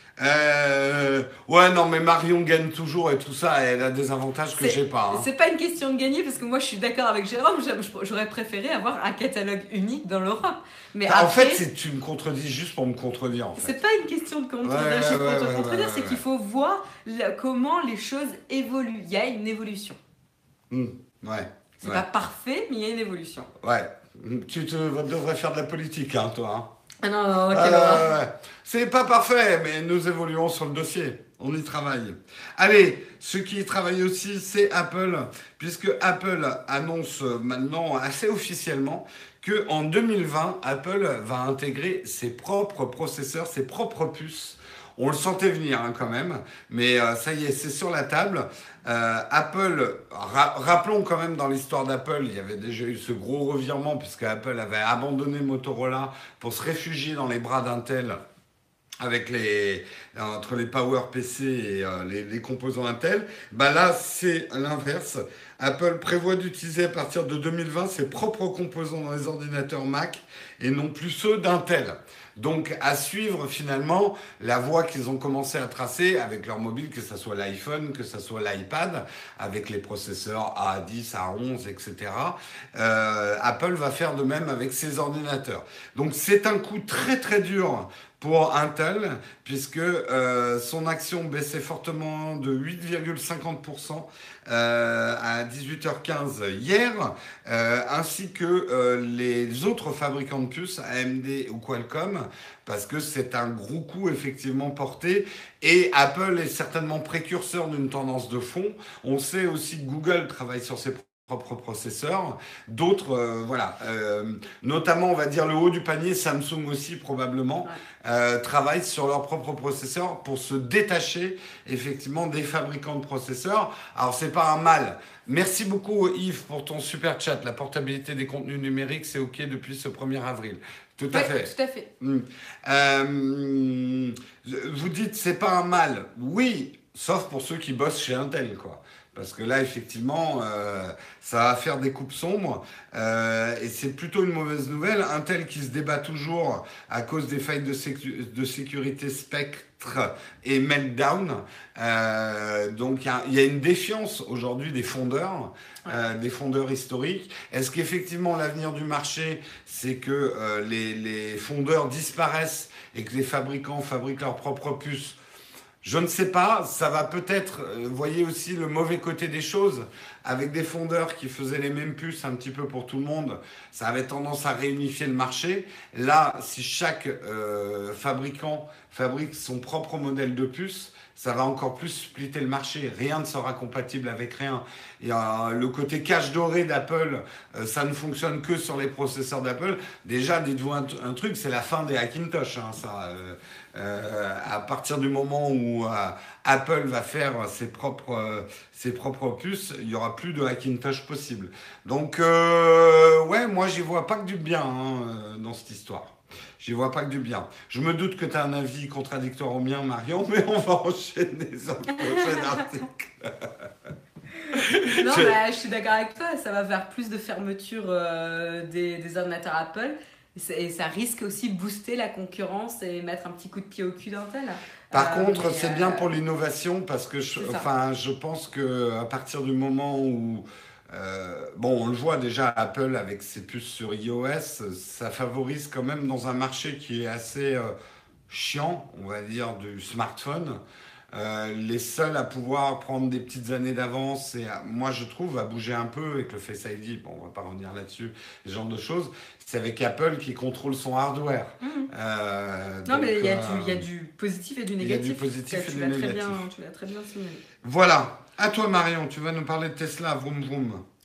Euh, ouais, non, mais Marion gagne toujours et tout ça, elle a des avantages que c'est, j'ai pas. Hein. C'est pas une question de gagner parce que moi je suis d'accord avec Jérôme, j'aurais préféré avoir un catalogue unique dans l'Europe. Mais en après, fait, c'est, tu me contredis juste pour me contredire. En fait. C'est pas une question de contredire, ouais, ouais, ouais, pour ouais, contredire, ouais, c'est ouais, qu'il ouais. faut voir le, comment les choses évoluent. Il y a une évolution. Mmh, ouais. C'est ouais. pas parfait, mais il y a une évolution. Ouais. Tu te, devrais faire de la politique, hein, toi. Hein. Ah non, non, ok, euh, ouais. C'est pas parfait, mais nous évoluons sur le dossier. On y travaille. Allez, ce qui y travaille aussi, c'est Apple, puisque Apple annonce maintenant assez officiellement que en deux mille vingt, Apple va intégrer ses propres processeurs, ses propres puces. On le sentait venir hein, quand même, mais euh, ça y est, c'est sur la table. Euh, Apple, ra- rappelons quand même dans l'histoire d'Apple, il y avait déjà eu ce gros revirement puisque Apple avait abandonné Motorola pour se réfugier dans les bras d'Intel avec les, entre les PowerPC et euh, les, les composants Intel. Bah là, c'est l'inverse. Apple prévoit d'utiliser à partir de deux mille vingt ses propres composants dans les ordinateurs Mac et non plus ceux d'Intel. Donc, à suivre finalement la voie qu'ils ont commencé à tracer avec leur mobile, que ce soit l'iPhone, que ce soit l'iPad, avec les processeurs A dix, A onze, et cetera. Euh, Apple va faire de même avec ses ordinateurs. Donc, c'est un coup très très dur pour Intel, puisque euh, son action baissait fortement de huit virgule cinquante pour cent euh, à dix-huit heures quinze hier, euh, ainsi que euh, les autres fabricants de puces, A M D ou Qualcomm, parce que c'est un gros coup effectivement porté, et Apple est certainement précurseur d'une tendance de fond. On sait aussi que Google travaille sur ses propres processeurs, d'autres, euh, voilà, euh, notamment on va dire le haut du panier, Samsung aussi probablement, ouais. euh, travaillent sur leurs propres processeurs pour se détacher effectivement des fabricants de processeurs. Alors c'est pas un mal. Merci beaucoup Yves pour ton super chat. La portabilité des contenus numériques, c'est ok depuis ce premier avril. Tout à ouais, fait. Tout à fait. Mmh. Euh, vous dites c'est pas un mal. Oui, sauf pour ceux qui bossent chez Intel, quoi. Parce que là, effectivement, euh, ça va faire des coupes sombres. Euh, et c'est plutôt une mauvaise nouvelle. Intel qui se débat toujours à cause des failles de, sécu- de sécurité Spectre et Meltdown. Euh, donc, il y, y a une défiance aujourd'hui des fondeurs, ouais. euh, des fondeurs historiques. Est-ce qu'effectivement, l'avenir du marché, c'est que euh, les, les fondeurs disparaissent et que les fabricants fabriquent leurs propres puces ? Je ne sais pas, ça va peut-être, vous euh, voyez aussi le mauvais côté des choses, avec des fondeurs qui faisaient les mêmes puces un petit peu pour tout le monde, ça avait tendance à réunifier le marché. Là, si chaque euh, fabricant fabrique son propre modèle de puce, ça va encore plus splitter le marché. Rien ne sera compatible avec rien. Et euh, le côté cache doré d'Apple, euh, ça ne fonctionne que sur les processeurs d'Apple. Déjà, dites-vous un, un truc, c'est la fin des Hackintosh. Hein, ça, euh, euh, à partir du moment où euh, Apple va faire ses propres, euh, ses propres puces, il n'y aura plus de Hackintosh possible. Donc, euh, ouais, moi, j'y vois pas que du bien hein, dans cette histoire. J'y vois pas que du bien. Je me doute que tu as un avis contradictoire au mien, Marion, mais on va enchaîner sur le prochain article. Non, je... Bah, je suis d'accord avec toi. Ça va vers plus de fermeture euh, des, des ordinateurs Apple. Et ça risque aussi de booster la concurrence et mettre un petit coup de pied au cul d'Intel. Par euh, contre, c'est euh... bien pour l'innovation parce que je, enfin, je pense qu'à partir du moment où Euh, bon, on le voit déjà, Apple avec ses puces sur iOS, ça favorise quand même dans un marché qui est assez euh, chiant, on va dire, du smartphone. Euh, les seuls à pouvoir prendre des petites années d'avance et à, moi je trouve à bouger un peu avec le Face I D, bon on va pas revenir là-dessus, ce genre de choses, c'est avec Apple qui contrôle son hardware. Mmh. Euh, non donc, mais il y, euh, y a du positif et du négatif. Il y a du positif et tu du négatif. Très bien, tu l'as très bien signalé. Voilà, à toi Marion, tu vas nous parler de Tesla, vroom vroom.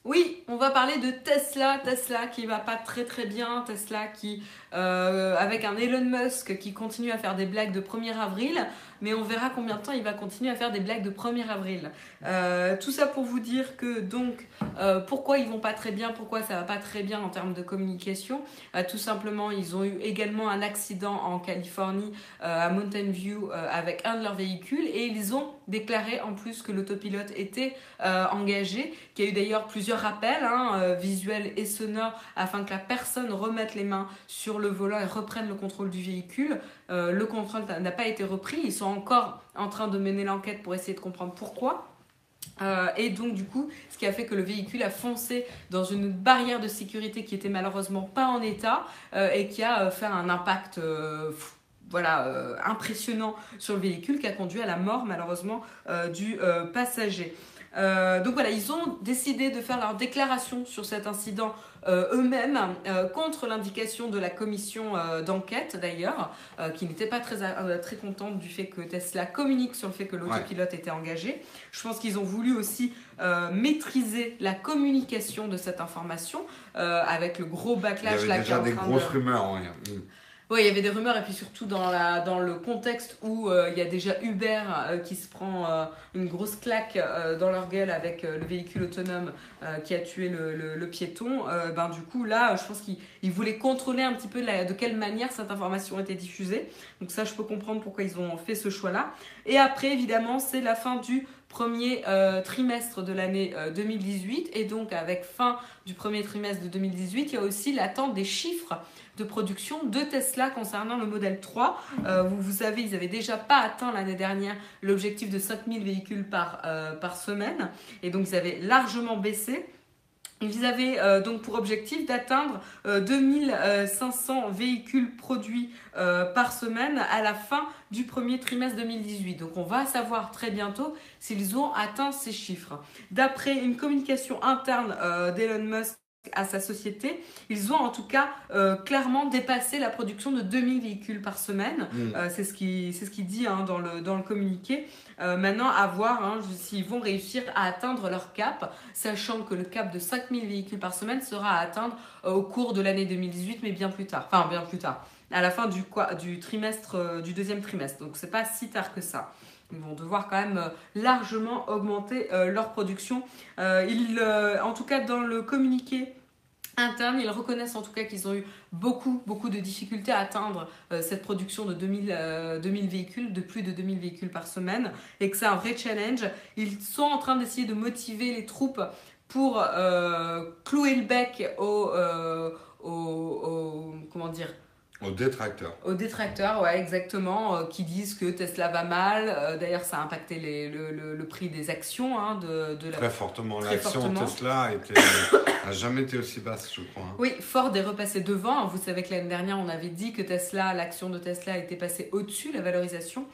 Oui, on va parler de Tesla, Tesla qui va pas très très bien, Tesla qui, euh, avec un Elon Musk qui continue à faire des blagues de premier avril, mais on verra combien de temps il va continuer à faire des blagues de premier avril. Euh, tout ça pour vous dire que donc, euh, pourquoi ils vont pas très bien, pourquoi ça va pas très bien en termes de communication. Euh, tout simplement, ils ont eu également un accident en Californie, euh, à Mountain View, euh, avec un de leurs véhicules, et ils ont déclaré en plus que l'autopilote était euh, engagé, qu'il y a eu d'ailleurs plusieurs rappels hein, euh, visuels et sonores afin que la personne remette les mains sur le volant et reprenne le contrôle du véhicule. Euh, le contrôle n'a pas été repris, ils sont encore en train de mener l'enquête pour essayer de comprendre pourquoi. Euh, et donc du coup, ce qui a fait que le véhicule a foncé dans une barrière de sécurité qui était malheureusement pas en état euh, et qui a euh, fait un impact euh, voilà, euh, impressionnant sur le véhicule qui a conduit à la mort malheureusement euh, du euh, passager. Euh, donc voilà, ils ont décidé de faire leur déclaration sur cet incident euh, eux-mêmes, euh, contre l'indication de la commission euh, d'enquête d'ailleurs, euh, qui n'était pas très, euh, très contente du fait que Tesla communique sur le fait que l'autopilote ouais. était engagé. Je pense qu'ils ont voulu aussi euh, maîtriser la communication de cette information, euh, avec le gros backlash. Il y avait là, déjà qui est des en train grosses de... rumeurs. Ouais. Mm. Oui, il y avait des rumeurs et puis surtout dans, la, dans le contexte où euh, il y a déjà Uber euh, qui se prend euh, une grosse claque euh, dans leur gueule avec euh, le véhicule autonome euh, qui a tué le, le, le piéton. Euh, ben, du coup, là, je pense qu'ils voulaient contrôler un petit peu la, de quelle manière cette information était diffusée. Donc ça, je peux comprendre pourquoi ils ont fait ce choix-là. Et après, évidemment, c'est la fin du premier euh, trimestre de l'année euh, deux mille dix-huit. Et donc, avec fin du premier trimestre de deux mille dix-huit, il y a aussi l'attente des chiffres de production de Tesla concernant le modèle trois. Euh, vous, vous savez, ils n'avaient déjà pas atteint l'année dernière l'objectif de cinq mille véhicules par, euh, par semaine. Et donc, ils avaient largement baissé. Ils avaient euh, donc pour objectif d'atteindre euh, deux mille cinq cents véhicules produits euh, par semaine à la fin du premier trimestre deux mille dix-huit. Donc on va savoir très bientôt s'ils ont atteint ces chiffres. D'après une communication interne euh, d'Elon Musk à sa société, ils ont en tout cas euh, clairement dépassé la production de deux mille véhicules par semaine. Mmh. Euh, c'est ce qu'il c'est ce qu'il dit hein, dans, le, dans le communiqué. Euh, maintenant, à voir hein, s'ils vont réussir à atteindre leur cap, sachant que le cap de cinq mille véhicules par semaine sera à atteindre euh, au cours de l'année deux mille dix-huit, mais bien plus tard. Enfin, bien plus tard. À la fin du, quoi, du, trimestre, euh, du deuxième trimestre. Donc, c'est pas si tard que ça. Ils vont devoir quand même euh, largement augmenter euh, leur production. Euh, ils, euh, en tout cas, dans le communiqué interne, ils reconnaissent en tout cas qu'ils ont eu beaucoup, beaucoup de difficultés à atteindre euh, cette production de deux mille, euh, deux mille véhicules, de plus de deux mille véhicules par semaine, et que c'est un vrai challenge. Ils sont en train d'essayer de motiver les troupes pour euh, clouer le bec aux, euh, aux, aux comment dire, Aux détracteurs. Aux détracteurs, ouais, exactement, euh, qui disent que Tesla va mal. Euh, d'ailleurs, ça a impacté les, le, le, le prix des actions hein, de, de la... Très fortement. Très L'action fortement. Tesla n'a jamais été aussi basse, je crois. Hein. Oui, Ford est repassé devant. Vous savez que l'année dernière, on avait dit que Tesla, l'action de Tesla était passée au-dessus, la valorisation.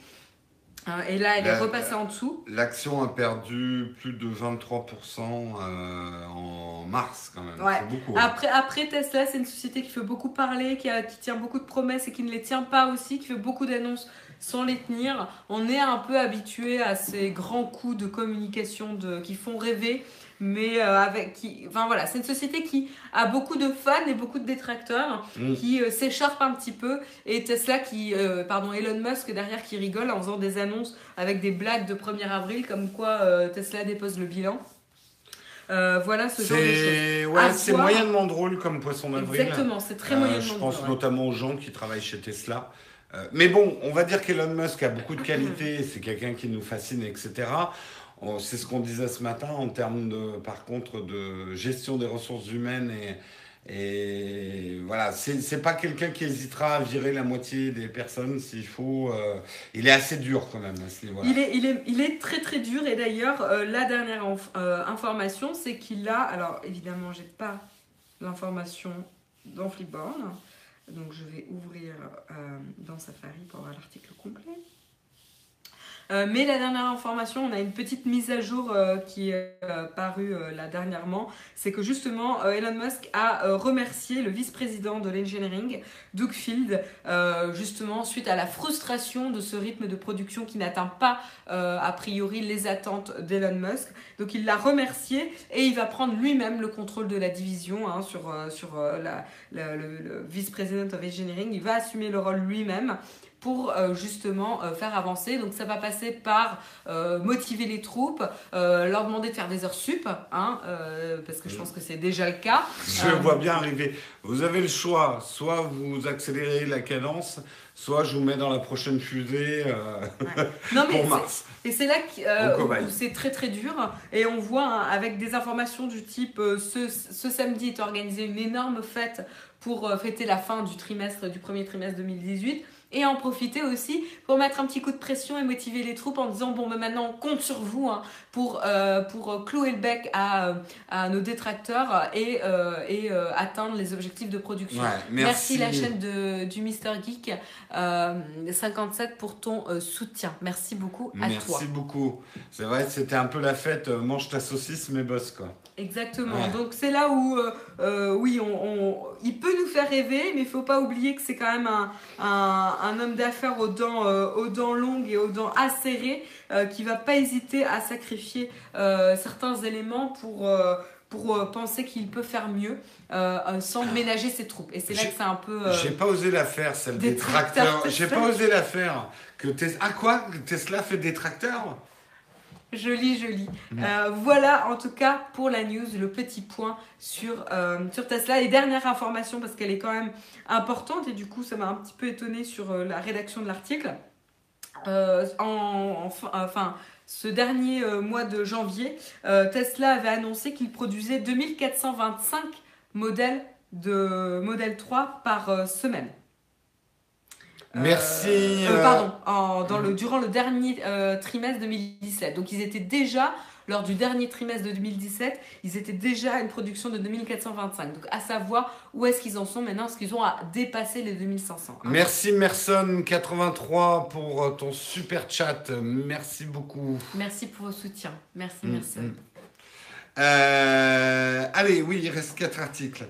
Et là, elle la, est repassée la, en dessous. L'action a perdu plus de vingt-trois pour cent euh, en mars, quand même. Ouais. C'est beaucoup. Après, après, Tesla, c'est une société qui fait beaucoup parler, qui, a, qui tient beaucoup de promesses et qui ne les tient pas aussi, qui fait beaucoup d'annonces sans les tenir. On est un peu habitué à ces grands coups de communication de, qui font rêver. Mais euh, avec qui, enfin voilà, c'est une société qui a beaucoup de fans et beaucoup de détracteurs, mmh. qui euh, s'écharpent un petit peu. Et Tesla qui, euh, pardon, Elon Musk derrière qui rigole en faisant des annonces avec des blagues de premier avril, comme quoi euh, Tesla dépose le bilan. Euh, voilà ce genre de choses. Ouais, c'est voir... moyennement drôle comme poisson d'avril. Exactement, c'est très moyennement drôle. Euh, je pense drôle, notamment ouais. aux gens qui travaillent chez Tesla. Euh, mais bon, on va dire qu'Elon Musk a beaucoup de qualités, c'est quelqu'un qui nous fascine, et cetera. C'est ce qu'on disait ce matin en termes de, par contre, de gestion des ressources humaines et, et voilà, c'est, c'est pas quelqu'un qui hésitera à virer la moitié des personnes s'il faut. Euh, il est assez dur quand même à ce niveau-là. Il est, il est, il est très très dur et d'ailleurs euh, la dernière inf- euh, information, c'est qu'il a, alors évidemment, j'ai pas l'information dans Flipboard, donc je vais ouvrir euh, dans Safari pour avoir l'article complet. Euh, mais la dernière information, on a une petite mise à jour euh, qui est euh, parue euh, là dernièrement, c'est que justement euh, Elon Musk a euh, remercié le vice-président de l'engineering, Doug Field, euh, justement suite à la frustration de ce rythme de production qui n'atteint pas euh, a priori les attentes d'Elon Musk. Donc il l'a remercié et il va prendre lui-même le contrôle de la division hein, sur, euh, sur euh, la, la, le, le vice-president of engineering. Il va assumer le rôle lui-même pour euh, justement euh, faire avancer. Donc ça va passer par euh, motiver les troupes, euh, leur demander de faire des heures sup, hein, euh, parce que je pense que c'est déjà le cas. Je euh, vois bien arriver. Vous avez le choix, soit vous accélérez la cadence, soit je vous mets dans la prochaine fusée euh, ouais. non, mais pour Mars. Et c'est là que, euh, où, où c'est très très dur. Et on voit hein, avec des informations du type euh, ce, ce samedi est organisée une énorme fête pour euh, fêter la fin du trimestre, du premier trimestre deux mille dix-huit. Et en profiter aussi pour mettre un petit coup de pression et motiver les troupes en disant bon ben maintenant on compte sur vous hein, pour, euh, pour clouer le bec à, à nos détracteurs et, euh, et euh, atteindre les objectifs de production. Ouais, merci. merci la chaîne de, du Mister Geek euh, cinquante-sept pour ton euh, soutien. Merci beaucoup à merci toi. Merci beaucoup. C'est vrai, c'était un peu la fête euh, mange ta saucisse mes boss quoi. Exactement. Ouais. Donc c'est là où, euh, euh, oui, on, on, il peut nous faire rêver, mais il ne faut pas oublier que c'est quand même un, un, un homme d'affaires aux dents, euh, aux dents longues et aux dents acérées euh, qui ne va pas hésiter à sacrifier euh, certains éléments pour, euh, pour euh, penser qu'il peut faire mieux euh, sans ménager ses troupes. Et c'est là que c'est un peu... Euh, J'ai pas osé la faire, celle des, des tracteurs. J'ai pas osé la faire. Que tes... Ah quoi Tesla fait des tracteurs ? Joli, joli. Mmh. Euh, voilà, en tout cas, pour la news, le petit point sur, euh, sur Tesla. Et dernière information, parce qu'elle est quand même importante, et du coup, ça m'a un petit peu étonnée sur euh, la rédaction de l'article. Euh, en, en, enfin, ce dernier euh, mois de janvier, euh, Tesla avait annoncé qu'il produisait deux mille quatre cent vingt-cinq modèles de Model trois par euh, semaine. Merci. Euh, euh, pardon, en, dans le, durant le dernier euh, trimestre deux mille dix-sept. Donc ils étaient déjà, lors du dernier trimestre de deux mille dix-sept, ils étaient déjà à une production de deux mille quatre cent vingt-cinq. Donc à savoir où est-ce qu'ils en sont maintenant, est-ce qu'ils ont à dépasser les deux mille cinq cents. Hein. Merci Merson quatre-vingt-trois pour ton super chat. Merci beaucoup. Merci pour vos soutiens. Merci mmh, Merson. Mmh. Euh, allez, oui, il reste quatre articles.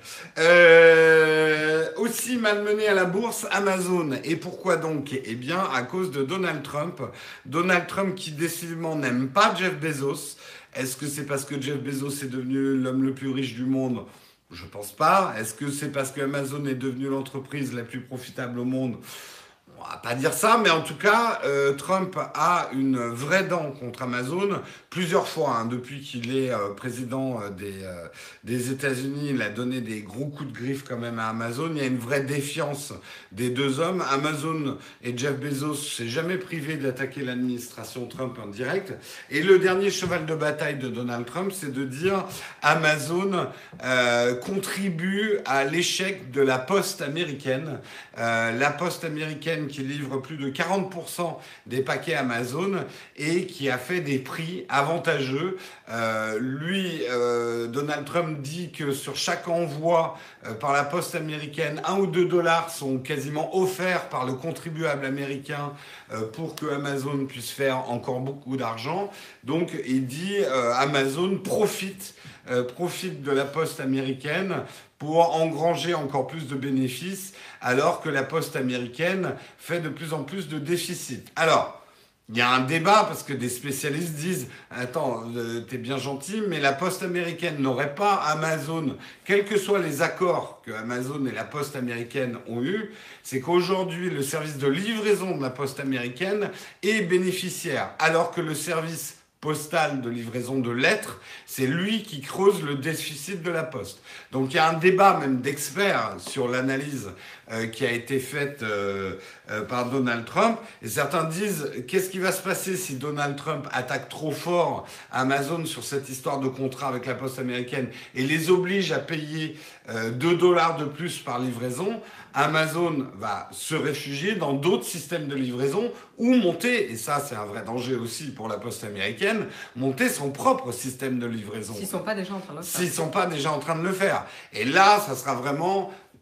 Euh, aussi malmené à la bourse, Amazon. Et pourquoi donc ? Eh bien, à cause de Donald Trump. Donald Trump qui décidément n'aime pas Jeff Bezos. Est-ce que c'est parce que Jeff Bezos est devenu l'homme le plus riche du monde ? Je pense pas. Est-ce que c'est parce que Amazon est devenue l'entreprise la plus profitable au monde ? On va pas dire ça, mais en tout cas, euh, Trump a une vraie dent contre Amazon plusieurs fois. Hein, depuis qu'il est euh, président euh, des, euh, des États-Unis, il a donné des gros coups de griffe quand même à Amazon. Il y a une vraie défiance des deux hommes. Amazon et Jeff Bezos s'est jamais privé d'attaquer l'administration Trump en direct. Et le dernier cheval de bataille de Donald Trump, c'est de dire Amazon euh, contribue à l'échec de la poste américaine. Euh, la poste américaine qui livre plus de quarante pour cent des paquets Amazon et qui a fait des prix avantageux. Euh, lui, euh, Donald Trump dit que sur chaque envoi euh, par la poste américaine, un ou deux dollars sont quasiment offerts par le contribuable américain euh, pour que Amazon puisse faire encore beaucoup d'argent. Donc, il dit euh, Amazon profite, euh, profite de la poste américaine pour engranger encore plus de bénéfices, alors que la poste américaine fait de plus en plus de déficit. Alors, il y a un débat, parce que des spécialistes disent « Attends, euh, t'es bien gentil, mais la poste américaine n'aurait pas Amazon, quels que soient les accords que Amazon et la poste américaine ont eus, c'est qu'aujourd'hui, le service de livraison de la poste américaine est bénéficiaire, alors que le service postal de livraison de lettres, c'est lui qui creuse le déficit de la poste. Donc il y a un débat même d'experts sur l'analyse euh, qui a été faite euh, euh, par Donald Trump. Et certains disent, qu'est-ce qui va se passer si Donald Trump attaque trop fort Amazon sur cette histoire de contrat avec la poste américaine et les oblige à payer euh, deux dollars de plus par livraison ? Amazon va se réfugier dans d'autres systèmes de livraison ou monter, et ça c'est un vrai danger aussi pour la poste américaine, monter son propre système de livraison. S'ils ne sont pas déjà en train de le faire. S'ils ne sont pas déjà en train de le faire. Et là, ça sera vraiment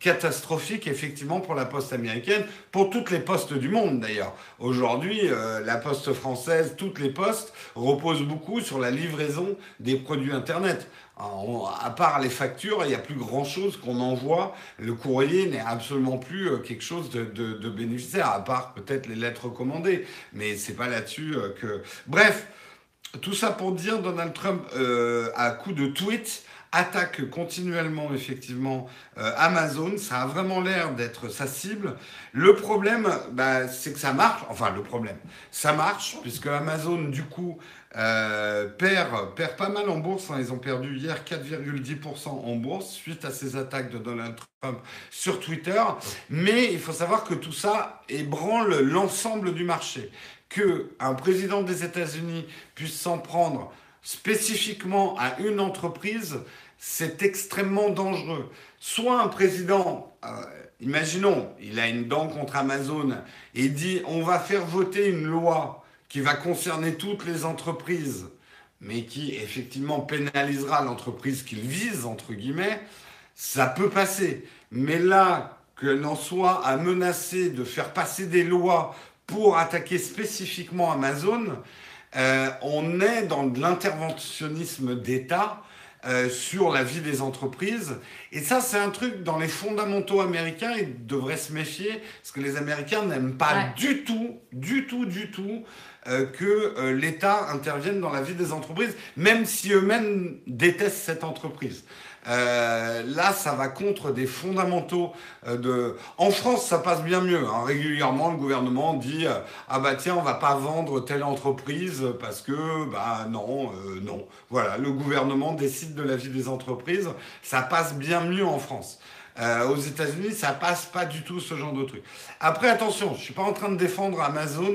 catastrophique effectivement pour la poste américaine, pour toutes les postes du monde d'ailleurs. Aujourd'hui, euh, la poste française, toutes les postes reposent beaucoup sur la livraison des produits Internet. Alors, à part les factures, il n'y a plus grand-chose qu'on envoie. Le courrier n'est absolument plus euh, quelque chose de, de, de bénéficiaire, à part peut-être les lettres commandées. Mais c'est pas là-dessus euh, que... Bref, tout ça pour dire, Donald Trump, euh, à coup de tweets, attaque continuellement effectivement euh, Amazon. Ça a vraiment l'air d'être sa cible. Le problème, bah, c'est que ça marche. Enfin, le problème, ça marche puisque Amazon, du coup, euh, perd, perd pas mal en bourse. Hein. Ils ont perdu hier quatre virgule dix pour cent en bourse suite à ces attaques de Donald Trump sur Twitter. Mais il faut savoir que tout ça ébranle l'ensemble du marché. Qu'un président des États-Unis puisse s'en prendre spécifiquement à une entreprise, c'est extrêmement dangereux. Soit un président, euh, imaginons, il a une dent contre Amazon et dit on va faire voter une loi qui va concerner toutes les entreprises, mais qui effectivement pénalisera l'entreprise qu'il vise, entre guillemets, ça peut passer. Mais là, que l'on soit à menacer de faire passer des lois pour attaquer spécifiquement Amazon, euh, on est dans de l'interventionnisme d'État euh, sur la vie des entreprises. Et ça, c'est un truc dans les fondamentaux américains, ils devraient se méfier, parce que les Américains n'aiment pas Ouais. du tout, du tout, du tout, euh, que euh, l'État intervienne dans la vie des entreprises, même si eux-mêmes détestent cette entreprise. Euh, là, ça va contre des fondamentaux euh, de... En France, ça passe bien mieux. Hein. Régulièrement, le gouvernement dit euh, ah bah tiens, on va pas vendre telle entreprise parce que bah non, euh, non. Voilà, le gouvernement décide de la vie des entreprises. Ça passe bien mieux en France. Euh, aux États-Unis, ça passe pas du tout ce genre de truc. Après, attention, je suis pas en train de défendre Amazon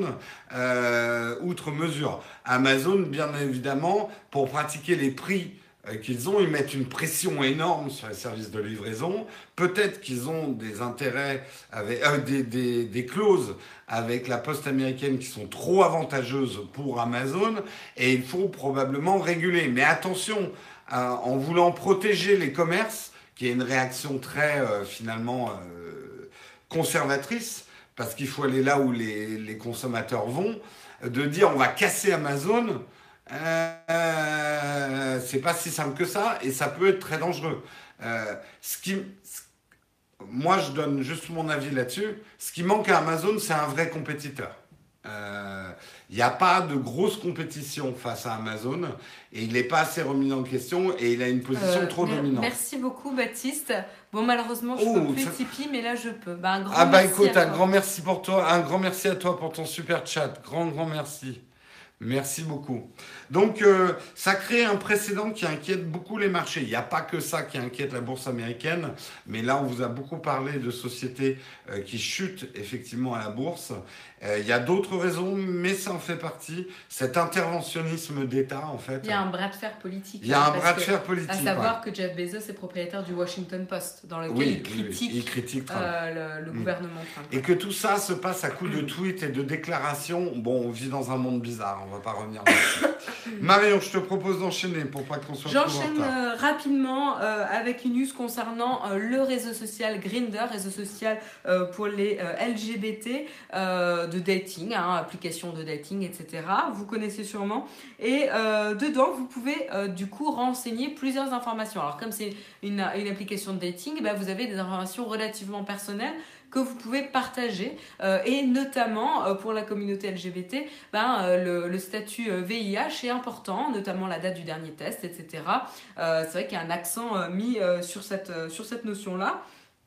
euh, outre mesure. Amazon, bien évidemment, pour pratiquer les prix qu'ils ont, ils mettent une pression énorme sur les services de livraison. Peut-être qu'ils ont des intérêts, avec, euh, des, des, des clauses avec la poste américaine qui sont trop avantageuses pour Amazon et il faut probablement réguler. Mais attention, euh, en voulant protéger les commerces, qui est une réaction très euh, finalement euh, conservatrice, parce qu'il faut aller là où les, les consommateurs vont, de dire on va casser Amazon. Euh, c'est pas si simple que ça et ça peut être très dangereux. Euh, ce qui, ce, moi, je donne juste mon avis là-dessus. Ce qui manque à Amazon, c'est un vrai compétiteur. Il euh, n'y a pas de grosse compétition face à Amazon et il n'est pas assez remis en question et il a une position euh, trop dominante. Merci beaucoup, Baptiste. Bon, malheureusement, je ne oh, peux plus ça... Tipeee, mais là, je peux. Bah, un grand ah bah merci écoute, à un toi. grand merci pour toi, un grand merci à toi pour ton super chat. Grand, grand merci. Merci beaucoup. Donc, euh, ça crée un précédent qui inquiète beaucoup les marchés. Il n'y a pas que ça qui inquiète la bourse américaine, mais là, on vous a beaucoup parlé de sociétés euh, qui chutent effectivement à la bourse. Euh, il y a d'autres raisons, mais ça en fait partie. Cet interventionnisme d'État, en fait. Il y a un bras de fer politique. Il y a un hein, bras de fer politique. À savoir ouais. que Jeff Bezos est propriétaire du Washington Post, dans lequel oui, il critique, oui, il critique Trump. Euh, le, le mmh. gouvernement Trump. Et que tout ça se passe à coups de tweets et de déclarations. Bon, on vit dans un monde bizarre, on ne va pas revenir là-dessus. Marion, je te propose d'enchaîner pour pas qu'on soit trop en retard. J'enchaîne euh, rapidement euh, avec une news concernant euh, le réseau social Grindr, réseau social euh, pour les euh, L G B T euh, de dating, hein, application de dating, et cetera. Vous connaissez sûrement. Et euh, dedans, vous pouvez euh, du coup renseigner plusieurs informations. Alors comme c'est une, une application de dating, bah, vous avez des informations relativement personnelles que vous pouvez partager euh, et notamment euh, pour la communauté L G B T, ben, euh, le, le statut euh, V I H est important, notamment la date du dernier test, et cetera. Euh, c'est vrai qu'il y a un accent euh, mis euh, sur cette, euh, sur cette notion-là.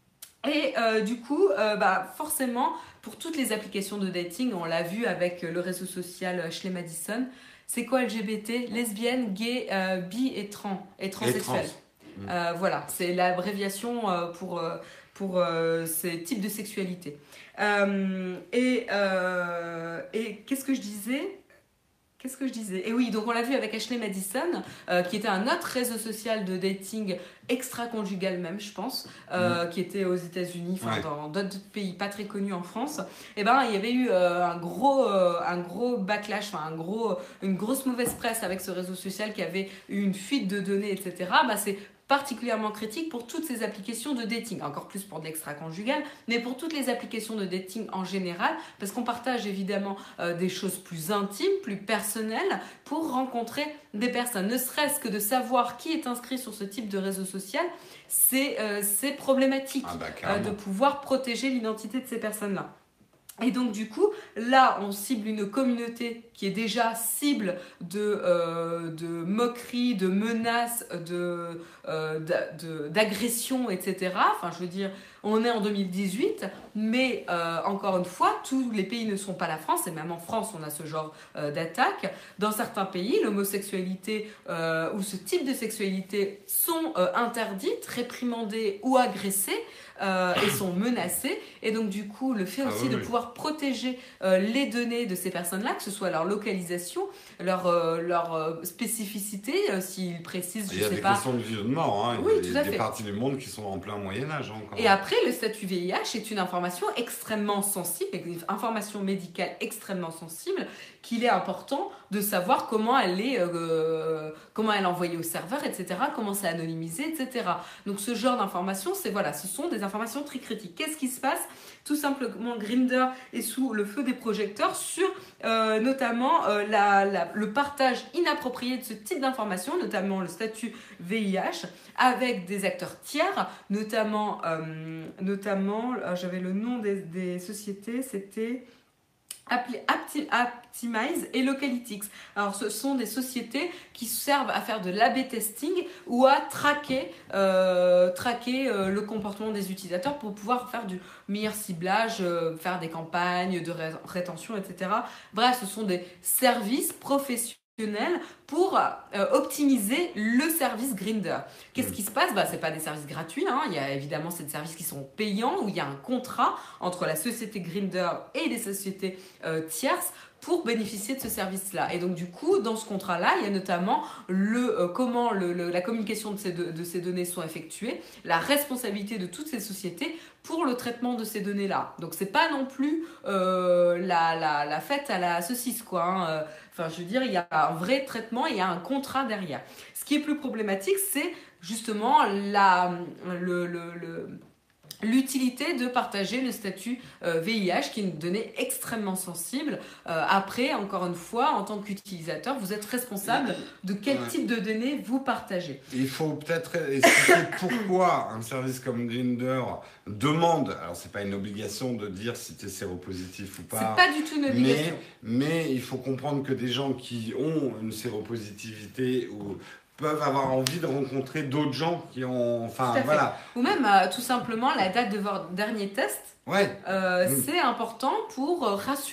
Et euh, du coup, euh, bah, forcément, pour toutes les applications de dating, on l'a vu avec le réseau social Ashley Madison, c'est quoi L G B T? Lesbienne, gay, euh, bi et trans, et transsexuel. Et trans. euh, voilà, c'est l'abréviation euh, pour... Euh, pour euh, ces types de sexualité. Euh, et euh, et qu'est-ce que je disais Qu'est-ce que je disais Et oui, donc on l'a vu avec Ashley Madison, euh, qui était un autre réseau social de dating extra-conjugal même, je pense, euh, mmh. qui était aux États-Unis, enfin ouais. dans d'autres pays pas très connus en France. Et ben il y avait eu euh, un gros, euh, un gros backlash, enfin un gros, une grosse mauvaise presse avec ce réseau social qui avait eu une fuite de données, et cetera. Bah c'est particulièrement critique pour toutes ces applications de dating, encore plus pour de l'extra-conjugal, mais pour toutes les applications de dating en général, parce qu'on partage évidemment euh, des choses plus intimes, plus personnelles, pour rencontrer des personnes. Ne serait-ce que de savoir qui est inscrit sur ce type de réseau social, c'est euh, c'est problématique Ah bah, euh, carrément. de pouvoir protéger l'identité de ces personnes-là. Et donc du coup, là, on cible une communauté qui est déjà cible de, euh, de moqueries, de menaces, de, euh, de, d'agressions, et cetera. Enfin, je veux dire, on est en deux mille dix-huit, mais euh, encore une fois, tous les pays ne sont pas la France, et même en France, on a ce genre euh, d'attaque. Dans certains pays, l'homosexualité euh, ou ce type de sexualité sont euh, interdites, réprimandées ou agressées. Euh, et sont menacés. Et donc, du coup, le fait Ah aussi oui, de oui. pouvoir protéger euh, les données de ces personnes-là, que ce soit leur localisation, leur, euh, leur euh, spécificité, euh, s'ils précisent, Il je y a sais des pas. questions de vie ou de mort. Hein. Oui, Il y tout a à des fait. parties du monde qui sont en plein Moyen-Âge encore. Et après, le statut V I H est une information extrêmement sensible, une information médicale extrêmement sensible, qu'il est important de savoir comment elle est, euh, comment elle est envoyée au serveur, et cetera, comment c'est anonymisé, et cetera. Donc ce genre d'informations, c'est voilà, ce sont des informations très critiques. Qu'est-ce qui se passe? Tout simplement, Grindr est sous le feu des projecteurs sur euh, notamment euh, la, la, le partage inapproprié de ce type d'informations, notamment le statut V I H, avec des acteurs tiers, notamment, euh, notamment euh, j'avais le nom des, des sociétés, c'était Aptimize et Localytics. Alors, ce sont des sociétés qui servent à faire de l'A B testing ou à traquer, euh, traquer euh, le comportement des utilisateurs pour pouvoir faire du meilleur ciblage, euh, faire des campagnes de ré- rétention, et cetera. Bref, ce sont des services professionnels pour euh, optimiser le service Grindr. Qu'est-ce Mm. qui se passe? Bah, c'est pas des services gratuits, hein. Il y a évidemment ces services qui sont payants, où il y a un contrat entre la société Grindr et les sociétés euh, tierces pour bénéficier de ce service-là. Et donc du coup, dans ce contrat-là, il y a notamment le, euh, comment le, le, la communication de ces, de, de ces données sont effectuées, la responsabilité de toutes ces sociétés pour le traitement de ces données-là. Donc c'est pas non plus euh, la, la, la fête à la saucisse, quoi, hein. Enfin, je veux dire, il y a un vrai traitement, il y a un contrat derrière. Ce qui est plus problématique, c'est justement la, le, le, le l'utilité de partager le statut euh, V I H, qui est une donnée extrêmement sensible. Euh, après, encore une fois, en tant qu'utilisateur, vous êtes responsable de quel Ouais. type de données vous partagez. Il faut peut-être expliquer pourquoi un service comme Grindr demande, alors c'est pas une obligation de dire si tu es séropositif ou pas, C'est pas du tout une obligation. mais, mais il faut comprendre que des gens qui ont une séropositivité ou peuvent avoir envie de rencontrer d'autres gens qui ont... Tout Enfin, à fait. voilà. Ou même, euh, tout simplement, la date de votre dernier test, Ouais, euh, Mm. c'est important pour euh, rassurer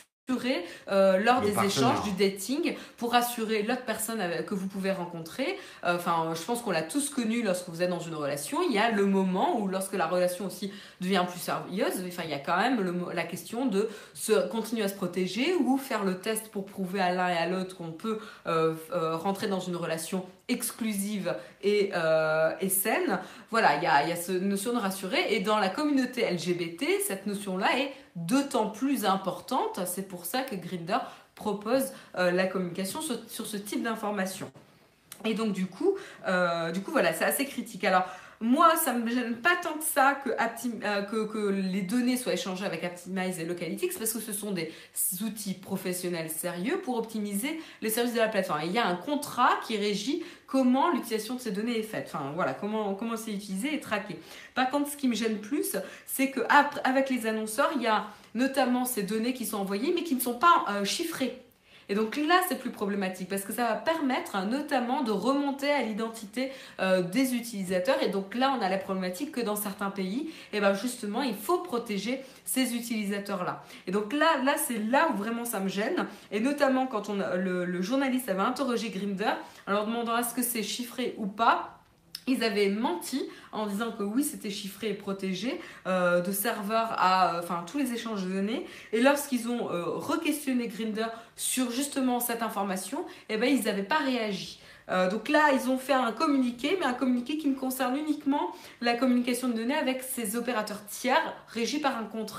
euh, lors Le des partenaire. échanges du dating, pour rassurer l'autre personne avec- que vous pouvez rencontrer. Enfin, je pense qu'on l'a tous connu lorsque vous êtes dans une relation. Il y a le moment où, lorsque la relation aussi devient plus sérieuse, enfin, il y a quand même le, mo- la question de se, continuer à se protéger ou faire le test pour prouver à l'un et à l'autre qu'on peut euh, euh, rentrer dans une relation exclusive et, euh, et saine. Voilà, il y a, il y a cette notion de rassurer. Et dans la communauté L G B T, cette notion-là est d'autant plus importante. C'est pour ça que Grindr propose euh, la communication sur, sur ce type d'information. Et donc du coup, euh, du coup voilà, c'est assez critique. Alors moi, ça me gêne pas tant que ça que, Aptim- euh, que, que les données soient échangées avec Aptimize et Localytics, parce que ce sont des outils professionnels sérieux pour optimiser le service de la plateforme. Et il y a un contrat qui régit comment l'utilisation de ces données est faite. Enfin voilà, comment, comment c'est utilisé et traqué. Par contre, ce qui me gêne plus, c'est qu'avec les annonceurs, il y a notamment ces données qui sont envoyées, mais qui ne sont pas euh, chiffrées. Et donc là, c'est plus problématique parce que ça va permettre hein, notamment de remonter à l'identité euh, des utilisateurs. Et donc là, on a la problématique que dans certains pays, eh ben justement, il faut protéger ces utilisateurs-là. Et donc là, là c'est là où vraiment ça me gêne. Et notamment quand on, le, le journaliste avait interrogé Grindr en leur demandant est-ce que c'est chiffré ou pas. Ils avaient menti en disant que oui, c'était chiffré et protégé, euh, de serveur à enfin, tous les échanges de données. Et lorsqu'ils ont euh, re-questionné Grindr sur justement cette information, eh ben, ils n'avaient pas réagi. Euh, donc là, ils ont fait un communiqué, mais un communiqué qui ne concerne uniquement la communication de données avec ces opérateurs tiers régis par un contrat.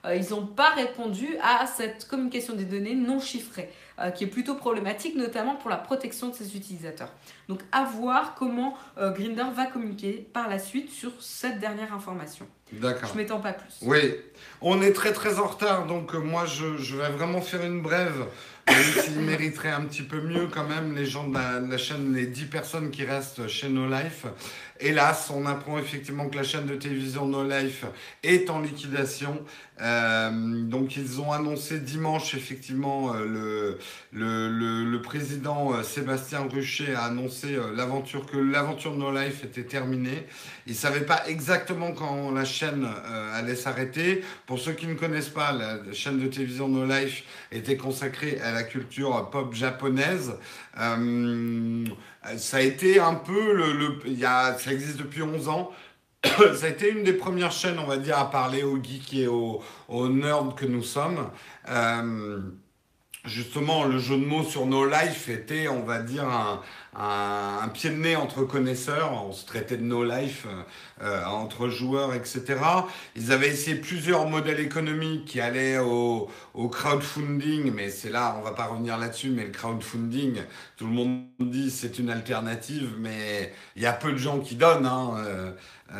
euh, ils n'ont pas répondu à cette communication des données non chiffrée, euh, qui est plutôt problématique, notamment pour la protection de ses utilisateurs. Donc à voir comment euh, Grindr va communiquer par la suite sur cette dernière information. D'accord. Je m'étends pas plus. Oui, on est très très en retard, donc euh, moi je, je vais vraiment faire une brève, même s'ils mériteraient un petit peu mieux quand même, les gens de la, de la chaîne, les dix personnes qui restent chez No Life. Hélas, on apprend effectivement que la chaîne de télévision No Life est en liquidation. Euh, donc ils ont annoncé dimanche effectivement euh, le, le, le, le président euh, Sébastien Rucher a annoncé euh, l'aventure que l'aventure de No Life était terminée. Il ne savait pas exactement quand la chaîne euh, allait s'arrêter. Pour ceux qui ne connaissent pas, la, la chaîne de télévision No Life était consacrée à la culture pop japonaise. Euh, ça a été un peu le, le il y a, ça existe depuis onze ans. Ça a été une des premières chaînes, on va dire, à parler aux geeks et aux, aux nerds que nous sommes. Euh, justement, le jeu de mots sur No Life était, on va dire, un, un, un pied de nez entre connaisseurs. On se traitait de No Life euh, entre joueurs, et cetera. Ils avaient essayé plusieurs modèles économiques qui allaient au, au crowdfunding, mais c'est là, on va pas revenir là-dessus, mais le crowdfunding, tout le monde dit c'est une alternative, mais il y a peu de gens qui donnent, hein. Euh,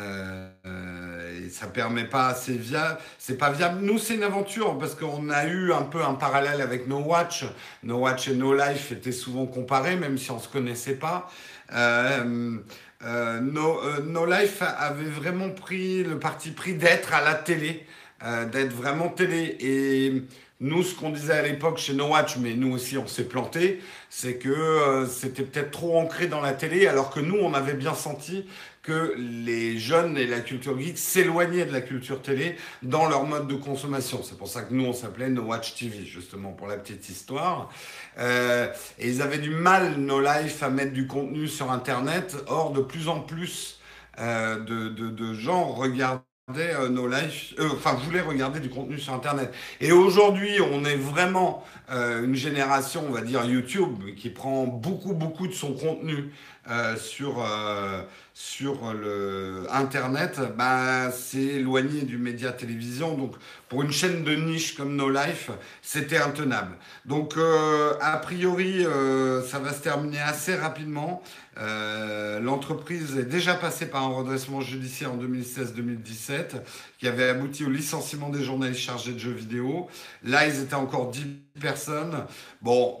Euh, et ça permet pas, c'est viable, c'est pas viable. Nous, c'est une aventure parce qu'on a eu un peu un parallèle avec No Watch. No Watch et No Life étaient souvent comparés, même si on se connaissait pas. Euh, euh, no, euh, No Life avait vraiment pris le parti pris d'être à la télé, euh, d'être vraiment télé. Et nous, ce qu'on disait à l'époque chez No Watch, mais nous aussi on s'est planté, c'est que euh, c'était peut-être trop ancré dans la télé, alors que nous, on avait bien senti que les jeunes et la culture geek s'éloignaient de la culture télé dans leur mode de consommation. C'est pour ça que nous, on s'appelait No Watch T V, justement, pour la petite histoire. Euh, et ils avaient du mal, No Life, à mettre du contenu sur Internet. Or, de plus en plus euh, de, de, de gens regardent euh, No Life, euh, enfin voulaient regarder du contenu sur Internet. Et aujourd'hui, on est vraiment euh, une génération, on va dire YouTube, qui prend beaucoup beaucoup de son contenu euh, sur euh, sur le Internet. Bah, c'est éloigné du média télévision. Donc pour une chaîne de niche comme No Life, c'était intenable. Donc euh, a priori, euh, ça va se terminer assez rapidement. Euh, l'entreprise est déjà passée par un redressement judiciaire en deux mille seize deux mille dix-sept qui avait abouti au licenciement des journalistes chargés de jeux vidéo. Là, ils étaient encore dix personnes. Bon,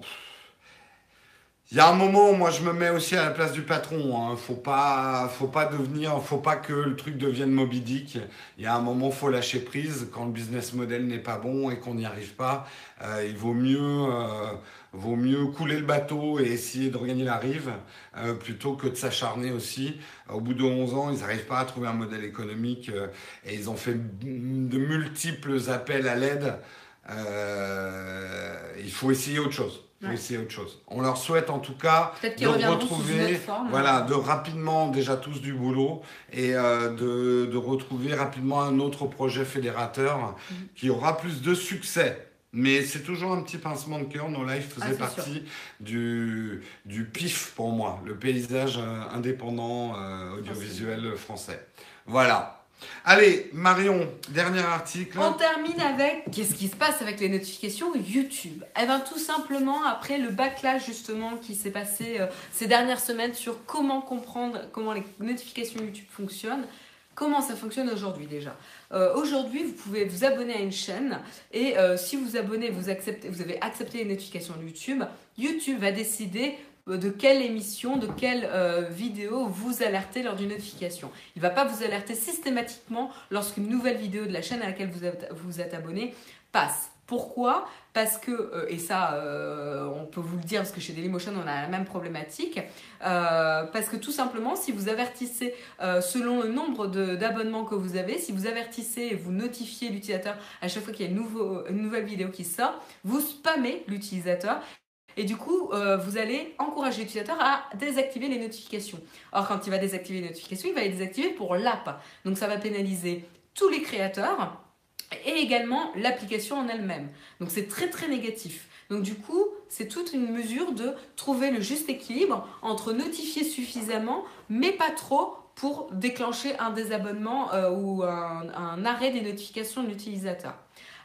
il y a un moment, moi, je me mets aussi à la place du patron. Hein. Faut pas, faut pas devenir, faut pas que le truc devienne Moby Dick. Il y a un moment, faut lâcher prise quand le business model n'est pas bon et qu'on n'y arrive pas. Euh, il vaut mieux, euh, vaut mieux couler le bateau et essayer de regagner la rive euh, plutôt que de s'acharner aussi. Au bout de onze ans, ils n'arrivent pas à trouver un modèle économique euh, et ils ont fait de multiples appels à l'aide. Euh, il faut essayer autre chose. Il faut Ouais. essayer autre chose. On leur souhaite en tout cas Peut-être de qu'ils reviendront sous une retrouver, autre forme. voilà, de rapidement déjà tous du boulot et euh, de, de retrouver rapidement un autre projet fédérateur Mhm. qui aura plus de succès. Mais c'est toujours un petit pincement de cœur. No Life Ah, faisait c'est sûr. partie du, du P I F pour moi, le paysage euh, indépendant euh, audiovisuel français. Voilà. Allez, Marion, dernier article. On termine avec qu'est-ce qui se passe avec les notifications YouTube. Eh bien, tout simplement, après le backlash justement qui s'est passé euh, ces dernières semaines sur comment comprendre comment les notifications YouTube fonctionnent, comment ça fonctionne aujourd'hui déjà. Euh, aujourd'hui, vous pouvez vous abonner à une chaîne et euh, si vous abonnez, vous, acceptez, vous avez accepté les notifications de YouTube, YouTube va décider de quelle émission, de quelle euh, vidéo vous alerter lors d'une notification. Il ne va pas vous alerter systématiquement lorsqu'une nouvelle vidéo de la chaîne à laquelle vous êtes, vous êtes abonné passe. Pourquoi ? Parce que, euh, et ça euh, on peut vous le dire parce que chez Dailymotion on a la même problématique, euh, parce que tout simplement si vous avertissez euh, selon le nombre de, d'abonnements que vous avez, si vous avertissez et vous notifiez l'utilisateur à chaque fois qu'il y a une, nouveau, une nouvelle vidéo qui sort, vous spammez l'utilisateur. Et du coup, euh, vous allez encourager l'utilisateur à désactiver les notifications. Or, quand il va désactiver les notifications, il va les désactiver pour l'app. Donc, ça va pénaliser tous les créateurs et également l'application en elle-même. Donc, c'est très, très négatif. Donc, du coup, c'est toute une mesure de trouver le juste équilibre entre notifier suffisamment, mais pas trop pour déclencher un désabonnement euh, ou un, un arrêt des notifications de l'utilisateur.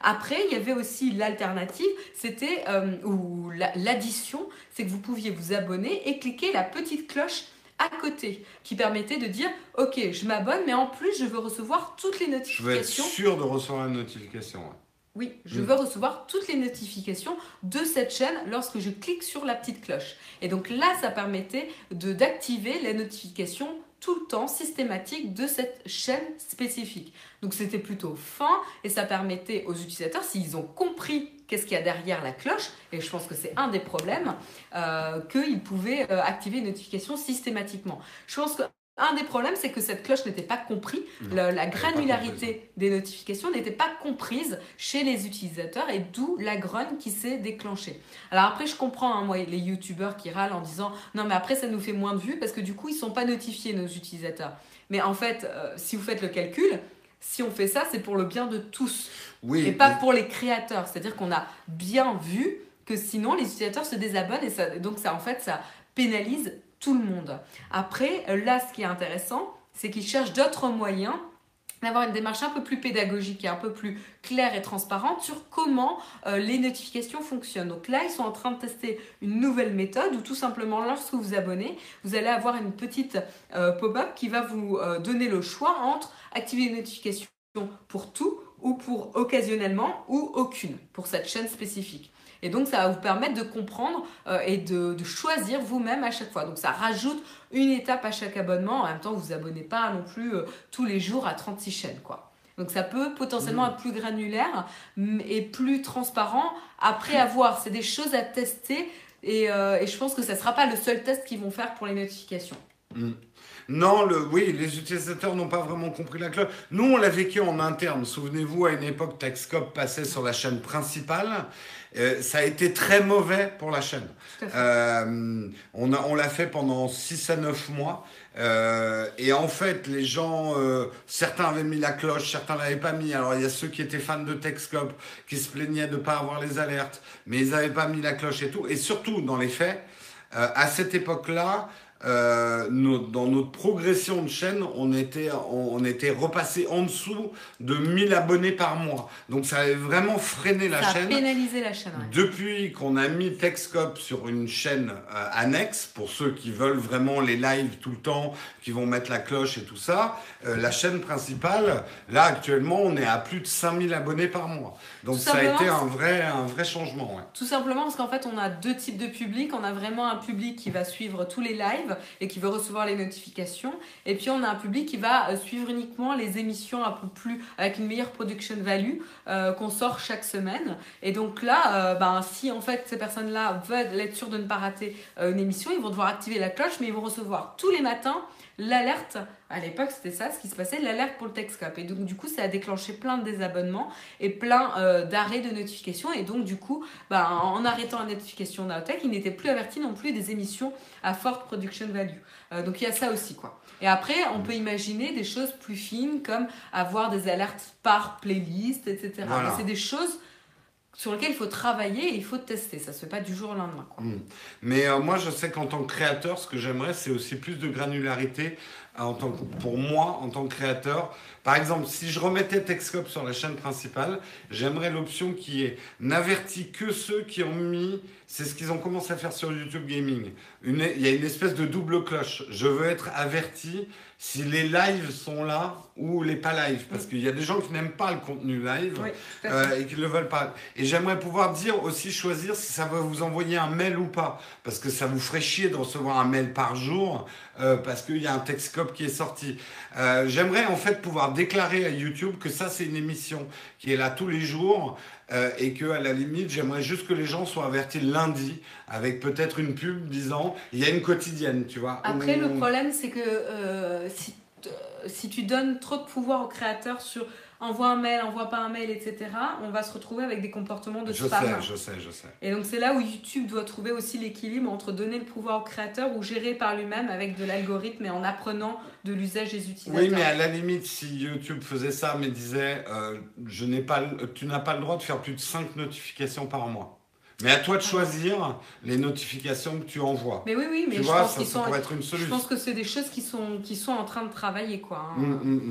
Après, il y avait aussi l'alternative, c'était, euh, ou la- l'addition, c'est que vous pouviez vous abonner et cliquer la petite cloche à côté, qui permettait de dire, ok, je m'abonne, mais en plus, je veux recevoir toutes les Je veux être notifications. sûr de recevoir une notification. Ouais. Oui, je Mm. veux recevoir toutes les notifications de cette chaîne lorsque je clique sur la petite cloche. Et donc là, ça permettait de, d'activer les notifications tout le temps, systématique, de cette chaîne spécifique. Donc c'était plutôt fin et ça permettait aux utilisateurs, s'ils ont compris qu'est-ce qu'il y a derrière la cloche, et je pense que c'est un des problèmes, euh, qu'ils pouvaient euh, activer une notification systématiquement. Je pense que un des problèmes, c'est que cette cloche n'était pas comprise, Non, la, la elle est pas granularité comprise. des notifications n'était pas comprise chez les utilisateurs et d'où la grogne qui s'est déclenchée. Alors après, je comprends, hein, moi, les youtubeurs qui râlent en disant non, mais après, ça nous fait moins de vues parce que du coup, ils ne sont pas notifiés, nos utilisateurs. Mais en fait, euh, si vous faites le calcul, si on fait ça, c'est pour le bien de tous Oui, et pas mais- pour les créateurs. C'est-à-dire qu'on a bien vu que sinon, les utilisateurs se désabonnent et ça, donc ça, en fait, ça pénalise tout le monde. Après, là, ce qui est intéressant, c'est qu'ils cherchent d'autres moyens d'avoir une démarche un peu plus pédagogique et un peu plus claire et transparente sur comment euh, les notifications fonctionnent. Donc là, ils sont en train de tester une nouvelle méthode où tout simplement, lorsque vous vous abonnez, vous allez avoir une petite euh, pop-up qui va vous euh, donner le choix entre activer les notifications pour tout ou pour occasionnellement ou aucune pour cette chaîne spécifique. Et donc, ça va vous permettre de comprendre euh, et de, de choisir vous-même à chaque fois. Donc, ça rajoute une étape à chaque abonnement. En même temps, vous ne vous abonnez pas non plus euh, tous les jours à trente-six chaînes, quoi. Donc, ça peut potentiellement Mmh. être plus granulaire mm, et plus transparent après avoir. C'est des choses à tester et, euh, et je pense que ça ne sera pas le seul test qu'ils vont faire pour les notifications. Mm. Non, le, oui, les utilisateurs n'ont pas vraiment compris la cloche. Nous, on l'a vécu en interne. Souvenez-vous, à une époque, Texcope passait sur la chaîne principale. Euh, ça a été très mauvais pour la chaîne. Tout à fait. Euh, on a, on l'a fait pendant six à neuf mois. Euh, et en fait, les gens, euh, certains avaient mis la cloche, certains l'avaient pas mis. Alors, il y a ceux qui étaient fans de Texcope qui se plaignaient de ne pas avoir les alertes, mais ils n'avaient pas mis la cloche et tout. Et surtout, dans les faits, euh, à cette époque-là, euh, nos- dans notre progression de chaîne, on était, on, on était repassé en dessous de mille abonnés par mois. Donc ça avait vraiment freiné la Ça a chaîne. pénalisé la chaîne. Ouais. Depuis qu'on a mis Texcope sur une chaîne euh, annexe, pour ceux qui veulent vraiment les lives tout le temps, qui vont mettre la cloche et tout ça, euh, la chaîne principale, là actuellement, on est à plus de cinq mille abonnés par mois. Donc Tout ça a simplement, été un vrai, un vrai changement. Ouais. Tout simplement parce qu'en fait, on a deux types de public. On a vraiment un public qui va suivre tous les lives et qui veut recevoir les notifications. Et puis, on a un public qui va euh, suivre uniquement les émissions un peu plus, avec une meilleure production value euh, qu'on sort chaque semaine. Et donc là, euh, ben, si en fait ces personnes-là veulent être sûres de ne pas rater euh, une émission, ils vont devoir activer la cloche, mais ils vont recevoir tous les matins l'alerte. À l'époque, c'était ça ce qui se passait, l'alerte pour le Texcope. Et donc, du coup, ça a déclenché plein de désabonnements et plein euh, d'arrêts de notifications. Et donc, du coup, bah, en arrêtant la notification d'Aotech, ils n'étaient plus avertis non plus des émissions à forte production value. Euh, donc, il y a ça aussi, quoi. Et après, on peut imaginer des choses plus fines comme avoir des alertes par playlist, et cetera. Voilà. Mais c'est des choses sur lesquelles il faut travailler et il faut tester. Ça ne se fait pas du jour au lendemain, quoi. Mm. Mais euh, moi, je sais qu'en tant que créateur, ce que j'aimerais, c'est aussi plus de granularité euh, en tant que, pour moi, en tant que créateur. Par exemple, si je remettais Texcope sur la chaîne principale, j'aimerais l'option qui est n'avertit que ceux qui ont mis, c'est ce qu'ils ont commencé à faire sur YouTube Gaming. Une, il y a une espèce de double cloche. Je veux être averti si les lives sont là ou les pas live. Parce qu'il y a des gens qui n'aiment pas le contenu live. Oui, tout à fait. Euh, et qui ne le veulent pas. Et j'aimerais pouvoir dire aussi, choisir si ça va vous envoyer un mail ou pas. Parce que ça vous ferait chier de recevoir un mail par jour euh, parce qu'il y a un Texcope qui est sorti. Euh, j'aimerais en fait pouvoir déclarer à YouTube que ça c'est une émission qui est là tous les jours euh, et que à la limite j'aimerais juste que les gens soient avertis le lundi avec peut-être une pub disant il y a une quotidienne, tu vois. Après, Ou- le problème, c'est que euh, si, t- si tu donnes trop de pouvoir aux créateurs sur envoie un mail, envoie pas un mail, et cetera, on va se retrouver avec des comportements de Je spam. sais, je sais, je sais. Et donc, c'est là où YouTube doit trouver aussi l'équilibre entre donner le pouvoir au créateur ou gérer par lui-même avec de l'algorithme et en apprenant de l'usage des utilisateurs. Oui, mais à la limite, si YouTube faisait ça, mais disait euh, je n'ai pas, le- tu n'as pas le droit de faire plus de cinq notifications par mois. Mais à toi de choisir les notifications que tu envoies. Mais oui, oui, mais Tu je vois, pense ça, qu'ils ça sont. pourrait être une Je solution. pense que c'est des choses qui sont, qui sont en train de travailler, quoi. hein. Hum, hum, hum.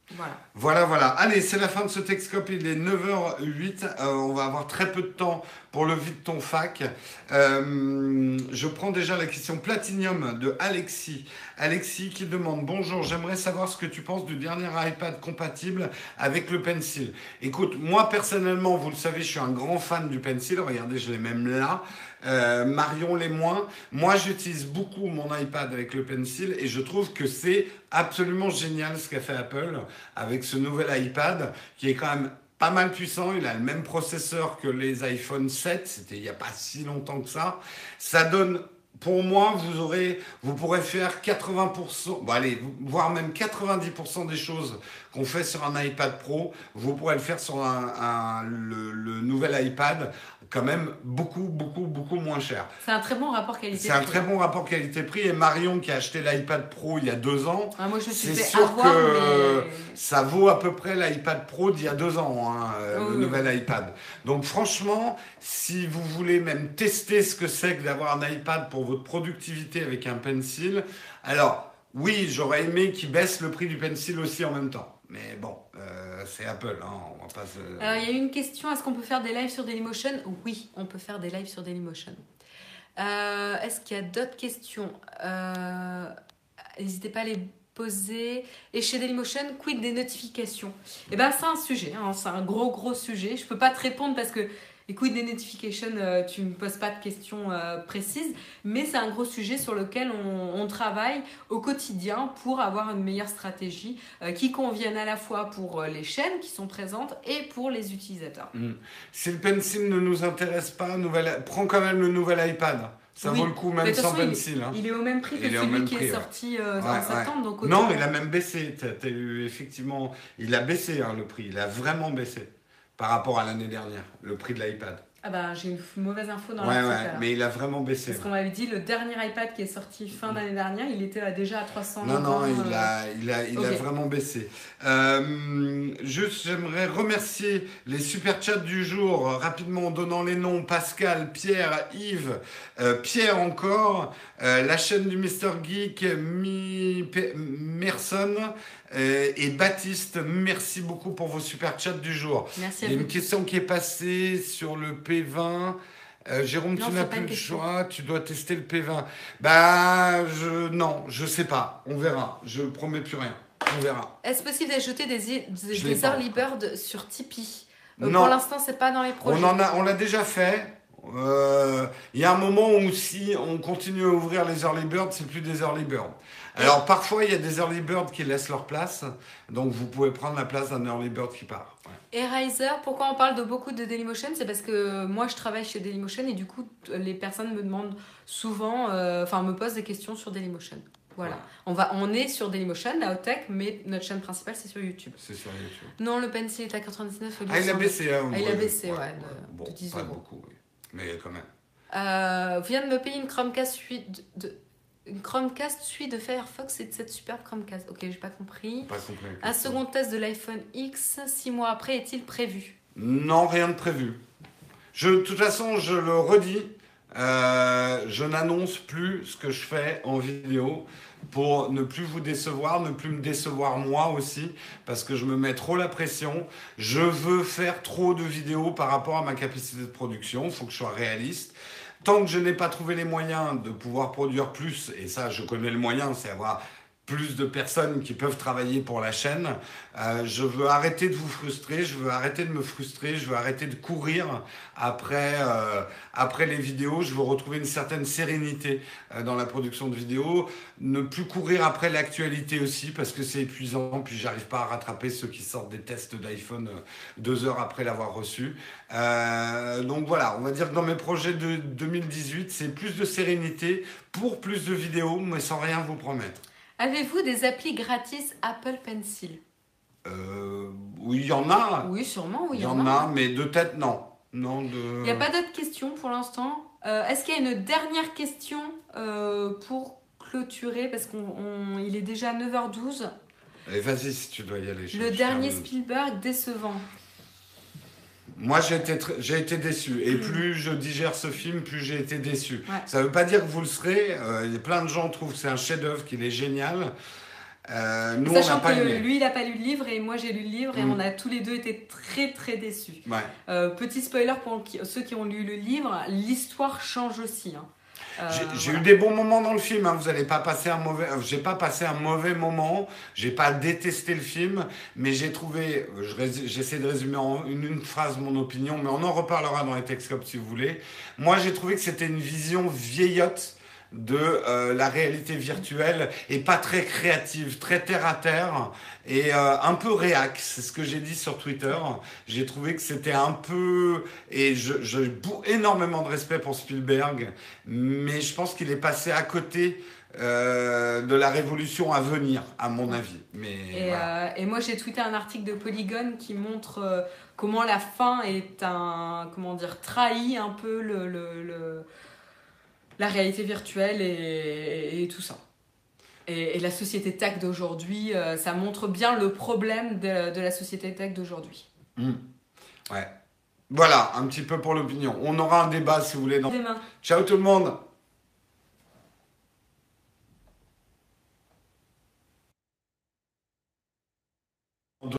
Voilà. Voilà, voilà. Allez, c'est la fin de ce Texcope. Il est neuf heures zéro huit. Euh, on va avoir très peu de temps pour le vide ton fac. Euh, je prends déjà la question Platinium de Alexis. Alexis qui demande: bonjour, j'aimerais savoir ce que tu penses du dernier iPad compatible avec le Pencil. Écoute, moi personnellement, vous le savez, je suis un grand fan du Pencil. Regardez, je l'ai même là. Euh, Marion l'est moins. Moi, j'utilise beaucoup mon iPad avec le Pencil et je trouve que c'est absolument génial ce qu'a fait Apple avec ce nouvel iPad qui est quand même pas mal puissant. Il a le même processeur que les iPhone sept. C'était il n'y a pas si longtemps que ça. Ça donne... Pour moi, vous aurez, vous pourrez faire quatre-vingts pour cent, bon allez, voire même quatre-vingt-dix pour cent des choses qu'on fait sur un iPad Pro, vous pourrez le faire sur un, un- le, le nouvel iPad, quand même beaucoup, beaucoup, beaucoup moins cher. C'est un très bon rapport qualité-prix. C'est un très bon rapport qualité-prix. Et Marion, qui a acheté l'iPad Pro il y a deux ans, Ah, moi, je me suis c'est fait sûr avoir, que mais... ça vaut à peu près l'iPad Pro d'il y a deux ans, hein, euh, Oh, le oui. nouvel iPad. Donc franchement, si vous voulez même tester ce que c'est que d'avoir un iPad pour votre productivité avec un Pencil, alors oui, j'aurais aimé qu'ils baissent le prix du Pencil aussi en même temps. Mais bon, euh, c'est Apple, hein, on va pas se... Alors, il y a eu une question, est-ce qu'on peut faire des lives sur Dailymotion? Oui, on peut faire des lives sur Dailymotion. Euh, est-ce qu'il y a d'autres questions? euh, N'hésitez pas à les poser. Et chez Dailymotion, quid des notifications? Eh ben, c'est un sujet, hein, c'est un gros, gros sujet. Je peux pas te répondre parce que les quid des notifications, euh, tu me poses pas de questions euh, précises, mais c'est un gros sujet sur lequel on, on travaille au quotidien pour avoir une meilleure stratégie euh, qui convienne à la fois pour euh, les chaînes qui sont présentes et pour les utilisateurs. Mm. Si le Pencil ne nous intéresse pas, nouvelle... prends quand même le nouvel iPad. Ça Oui. vaut le coup, Mais même de toute sans façon, il- Pencil. hein. Il est au même prix que Il est au celui même qui prix, est ouais. sorti euh, Ouais, en ouais. septembre. Donc Non, autant- il a même baissé. T'as- t'as eu, effectivement, il a baissé hein, le prix. Il a vraiment baissé par rapport à l'année dernière, le prix de l'iPad. Ah bah j'ai une f- mauvaise info dans Ouais, l'article. ouais, alors. mais il a vraiment baissé. Parce qu'on m'avait dit le dernier iPad qui est sorti fin d'année dernière, il était euh, déjà à trois cents. Non, non, euh, il a, il a, il a ok. vraiment baissé. Euh, juste, j'aimerais remercier les super chats du jour, euh, rapidement en donnant les noms: Pascal, Pierre, Yves, euh, Pierre encore, euh, la chaîne du Mister Geek, Mi, Pe- Merson euh, et Baptiste. Merci beaucoup pour vos super chats du jour. Merci Il à y a vous. une question qui est passée sur le P vingt. Euh, Jérôme, Non, tu c'est n'as pas plus une le question. choix, tu dois tester le P vingt. Bah, je, non, je sais pas, on verra. Je promets plus rien, on verra. Est-ce possible d'ajouter des, des, Je l'ai des pas early encore. birds sur Tipeee? Euh, Non. Pour l'instant, c'est pas dans les projets. On en a, on l'a déjà fait. Euh, Il y a un moment où si on continue à ouvrir les early birds, c'est plus des early birds. Alors parfois il y a des early birds qui laissent leur place, donc vous pouvez prendre la place d'un early bird qui part. Ouais. Et Riser, pourquoi on parle de beaucoup de Dailymotion? C'est parce que moi je travaille chez Dailymotion et du coup t- les personnes me demandent souvent, euh, enfin me posent des questions sur Dailymotion. Voilà. Ouais. On, va, on est sur Dailymotion, la Hot Tech, mais notre chaîne principale c'est sur YouTube. C'est sur YouTube. Non, le Pencil est à quatre-vingt-dix-neuf. au lieu Ah, il a de baissé. Hein, Ah, il a ouais, baissé, ouais, ouais, de- Bon, de dix pas euros. beaucoup, oui. Mais quand même. Euh, vient de me payer une Chromecast suite de, une Chromecast suite de Firefox et de cette superbe Chromecast. Ok, j'ai pas compris. Pas compris. Un second test de l'iPhone X, six mois après, est-il prévu? Non, rien de prévu. Je, de toute façon, je le redis, euh, je n'annonce plus ce que je fais en vidéo pour ne plus vous décevoir, ne plus me décevoir moi aussi, parce que je me mets trop la pression. Je veux faire trop de vidéos par rapport à ma capacité de production, il faut que je sois réaliste. Tant que je n'ai pas trouvé les moyens de pouvoir produire plus, et ça je connais le moyen, c'est avoir plus de personnes qui peuvent travailler pour la chaîne. Euh, je veux arrêter de vous frustrer, je veux arrêter de me frustrer, je veux arrêter de courir après, euh, après les vidéos. Je veux retrouver une certaine sérénité euh, dans la production de vidéos. Ne plus courir après l'actualité aussi, parce que c'est épuisant, puis j'arrive pas à rattraper ceux qui sortent des tests d'iPhone euh, deux heures après l'avoir reçu. Euh, donc voilà, on va dire que dans mes projets de deux mille dix-huit, c'est plus de sérénité pour plus de vidéos, mais sans rien vous promettre. Avez-vous des applis gratis Apple Pencil? Euh, oui, il y en a. Oui, sûrement, oui, Il y en a, mais de tête, non. Non, de... Il n'y a pas d'autres questions pour l'instant. Euh, Est-ce qu'il y a une dernière question euh, pour clôturer? Parce qu'il est déjà neuf heures douze. Allez, vas-y si tu dois y aller. je- Le je dernier termine. Spielberg décevant. Moi, j'ai été, tr- j'ai été déçu. Et plus je digère ce film, plus j'ai été déçu. Ouais. Ça ne veut pas dire que vous le serez. Euh, il y a plein de gens trouvent que c'est un chef-d'œuvre, qu'il est génial. Euh, nous, on Sachant n'a pas que aimé. lui, il n'a pas lu le livre et moi, j'ai lu le livre et Mm. on a tous les deux été très très déçus. Ouais. Euh, petit spoiler pour qui- ceux qui ont lu le livre, l'histoire change aussi. Hein. Euh, J'ai j'ai voilà. eu des bons moments dans le film, hein. Vous n'allez pas passer un mauvais. euh, J'ai pas passé un mauvais moment. J'ai pas détesté le film, mais j'ai trouvé. je rés- J'essaie de résumer en une, une phrase mon opinion, mais on en reparlera dans les Texcopes si vous voulez. Moi, j'ai trouvé que c'était une vision vieillotte de euh, la réalité virtuelle et pas très créative, très terre à terre et euh, un peu réac. C'est ce que j'ai dit sur Twitter. J'ai trouvé que c'était un peu et je, je boue énormément de respect pour Spielberg, mais je pense qu'il est passé à côté euh, de la révolution à venir, à mon avis. Mais Et, voilà. euh, et moi, j'ai tweeté un article de Polygon qui montre euh, comment la fin est un. Comment dire, trahit un peu le, le, le- la réalité virtuelle et, et tout ça. Et, et la société tech d'aujourd'hui, euh, ça montre bien le problème de, de la société tech d'aujourd'hui. Mm. Ouais. Voilà, un petit peu pour l'opinion. On aura un débat si vous voulez. Dans... Demain. Ciao tout le monde.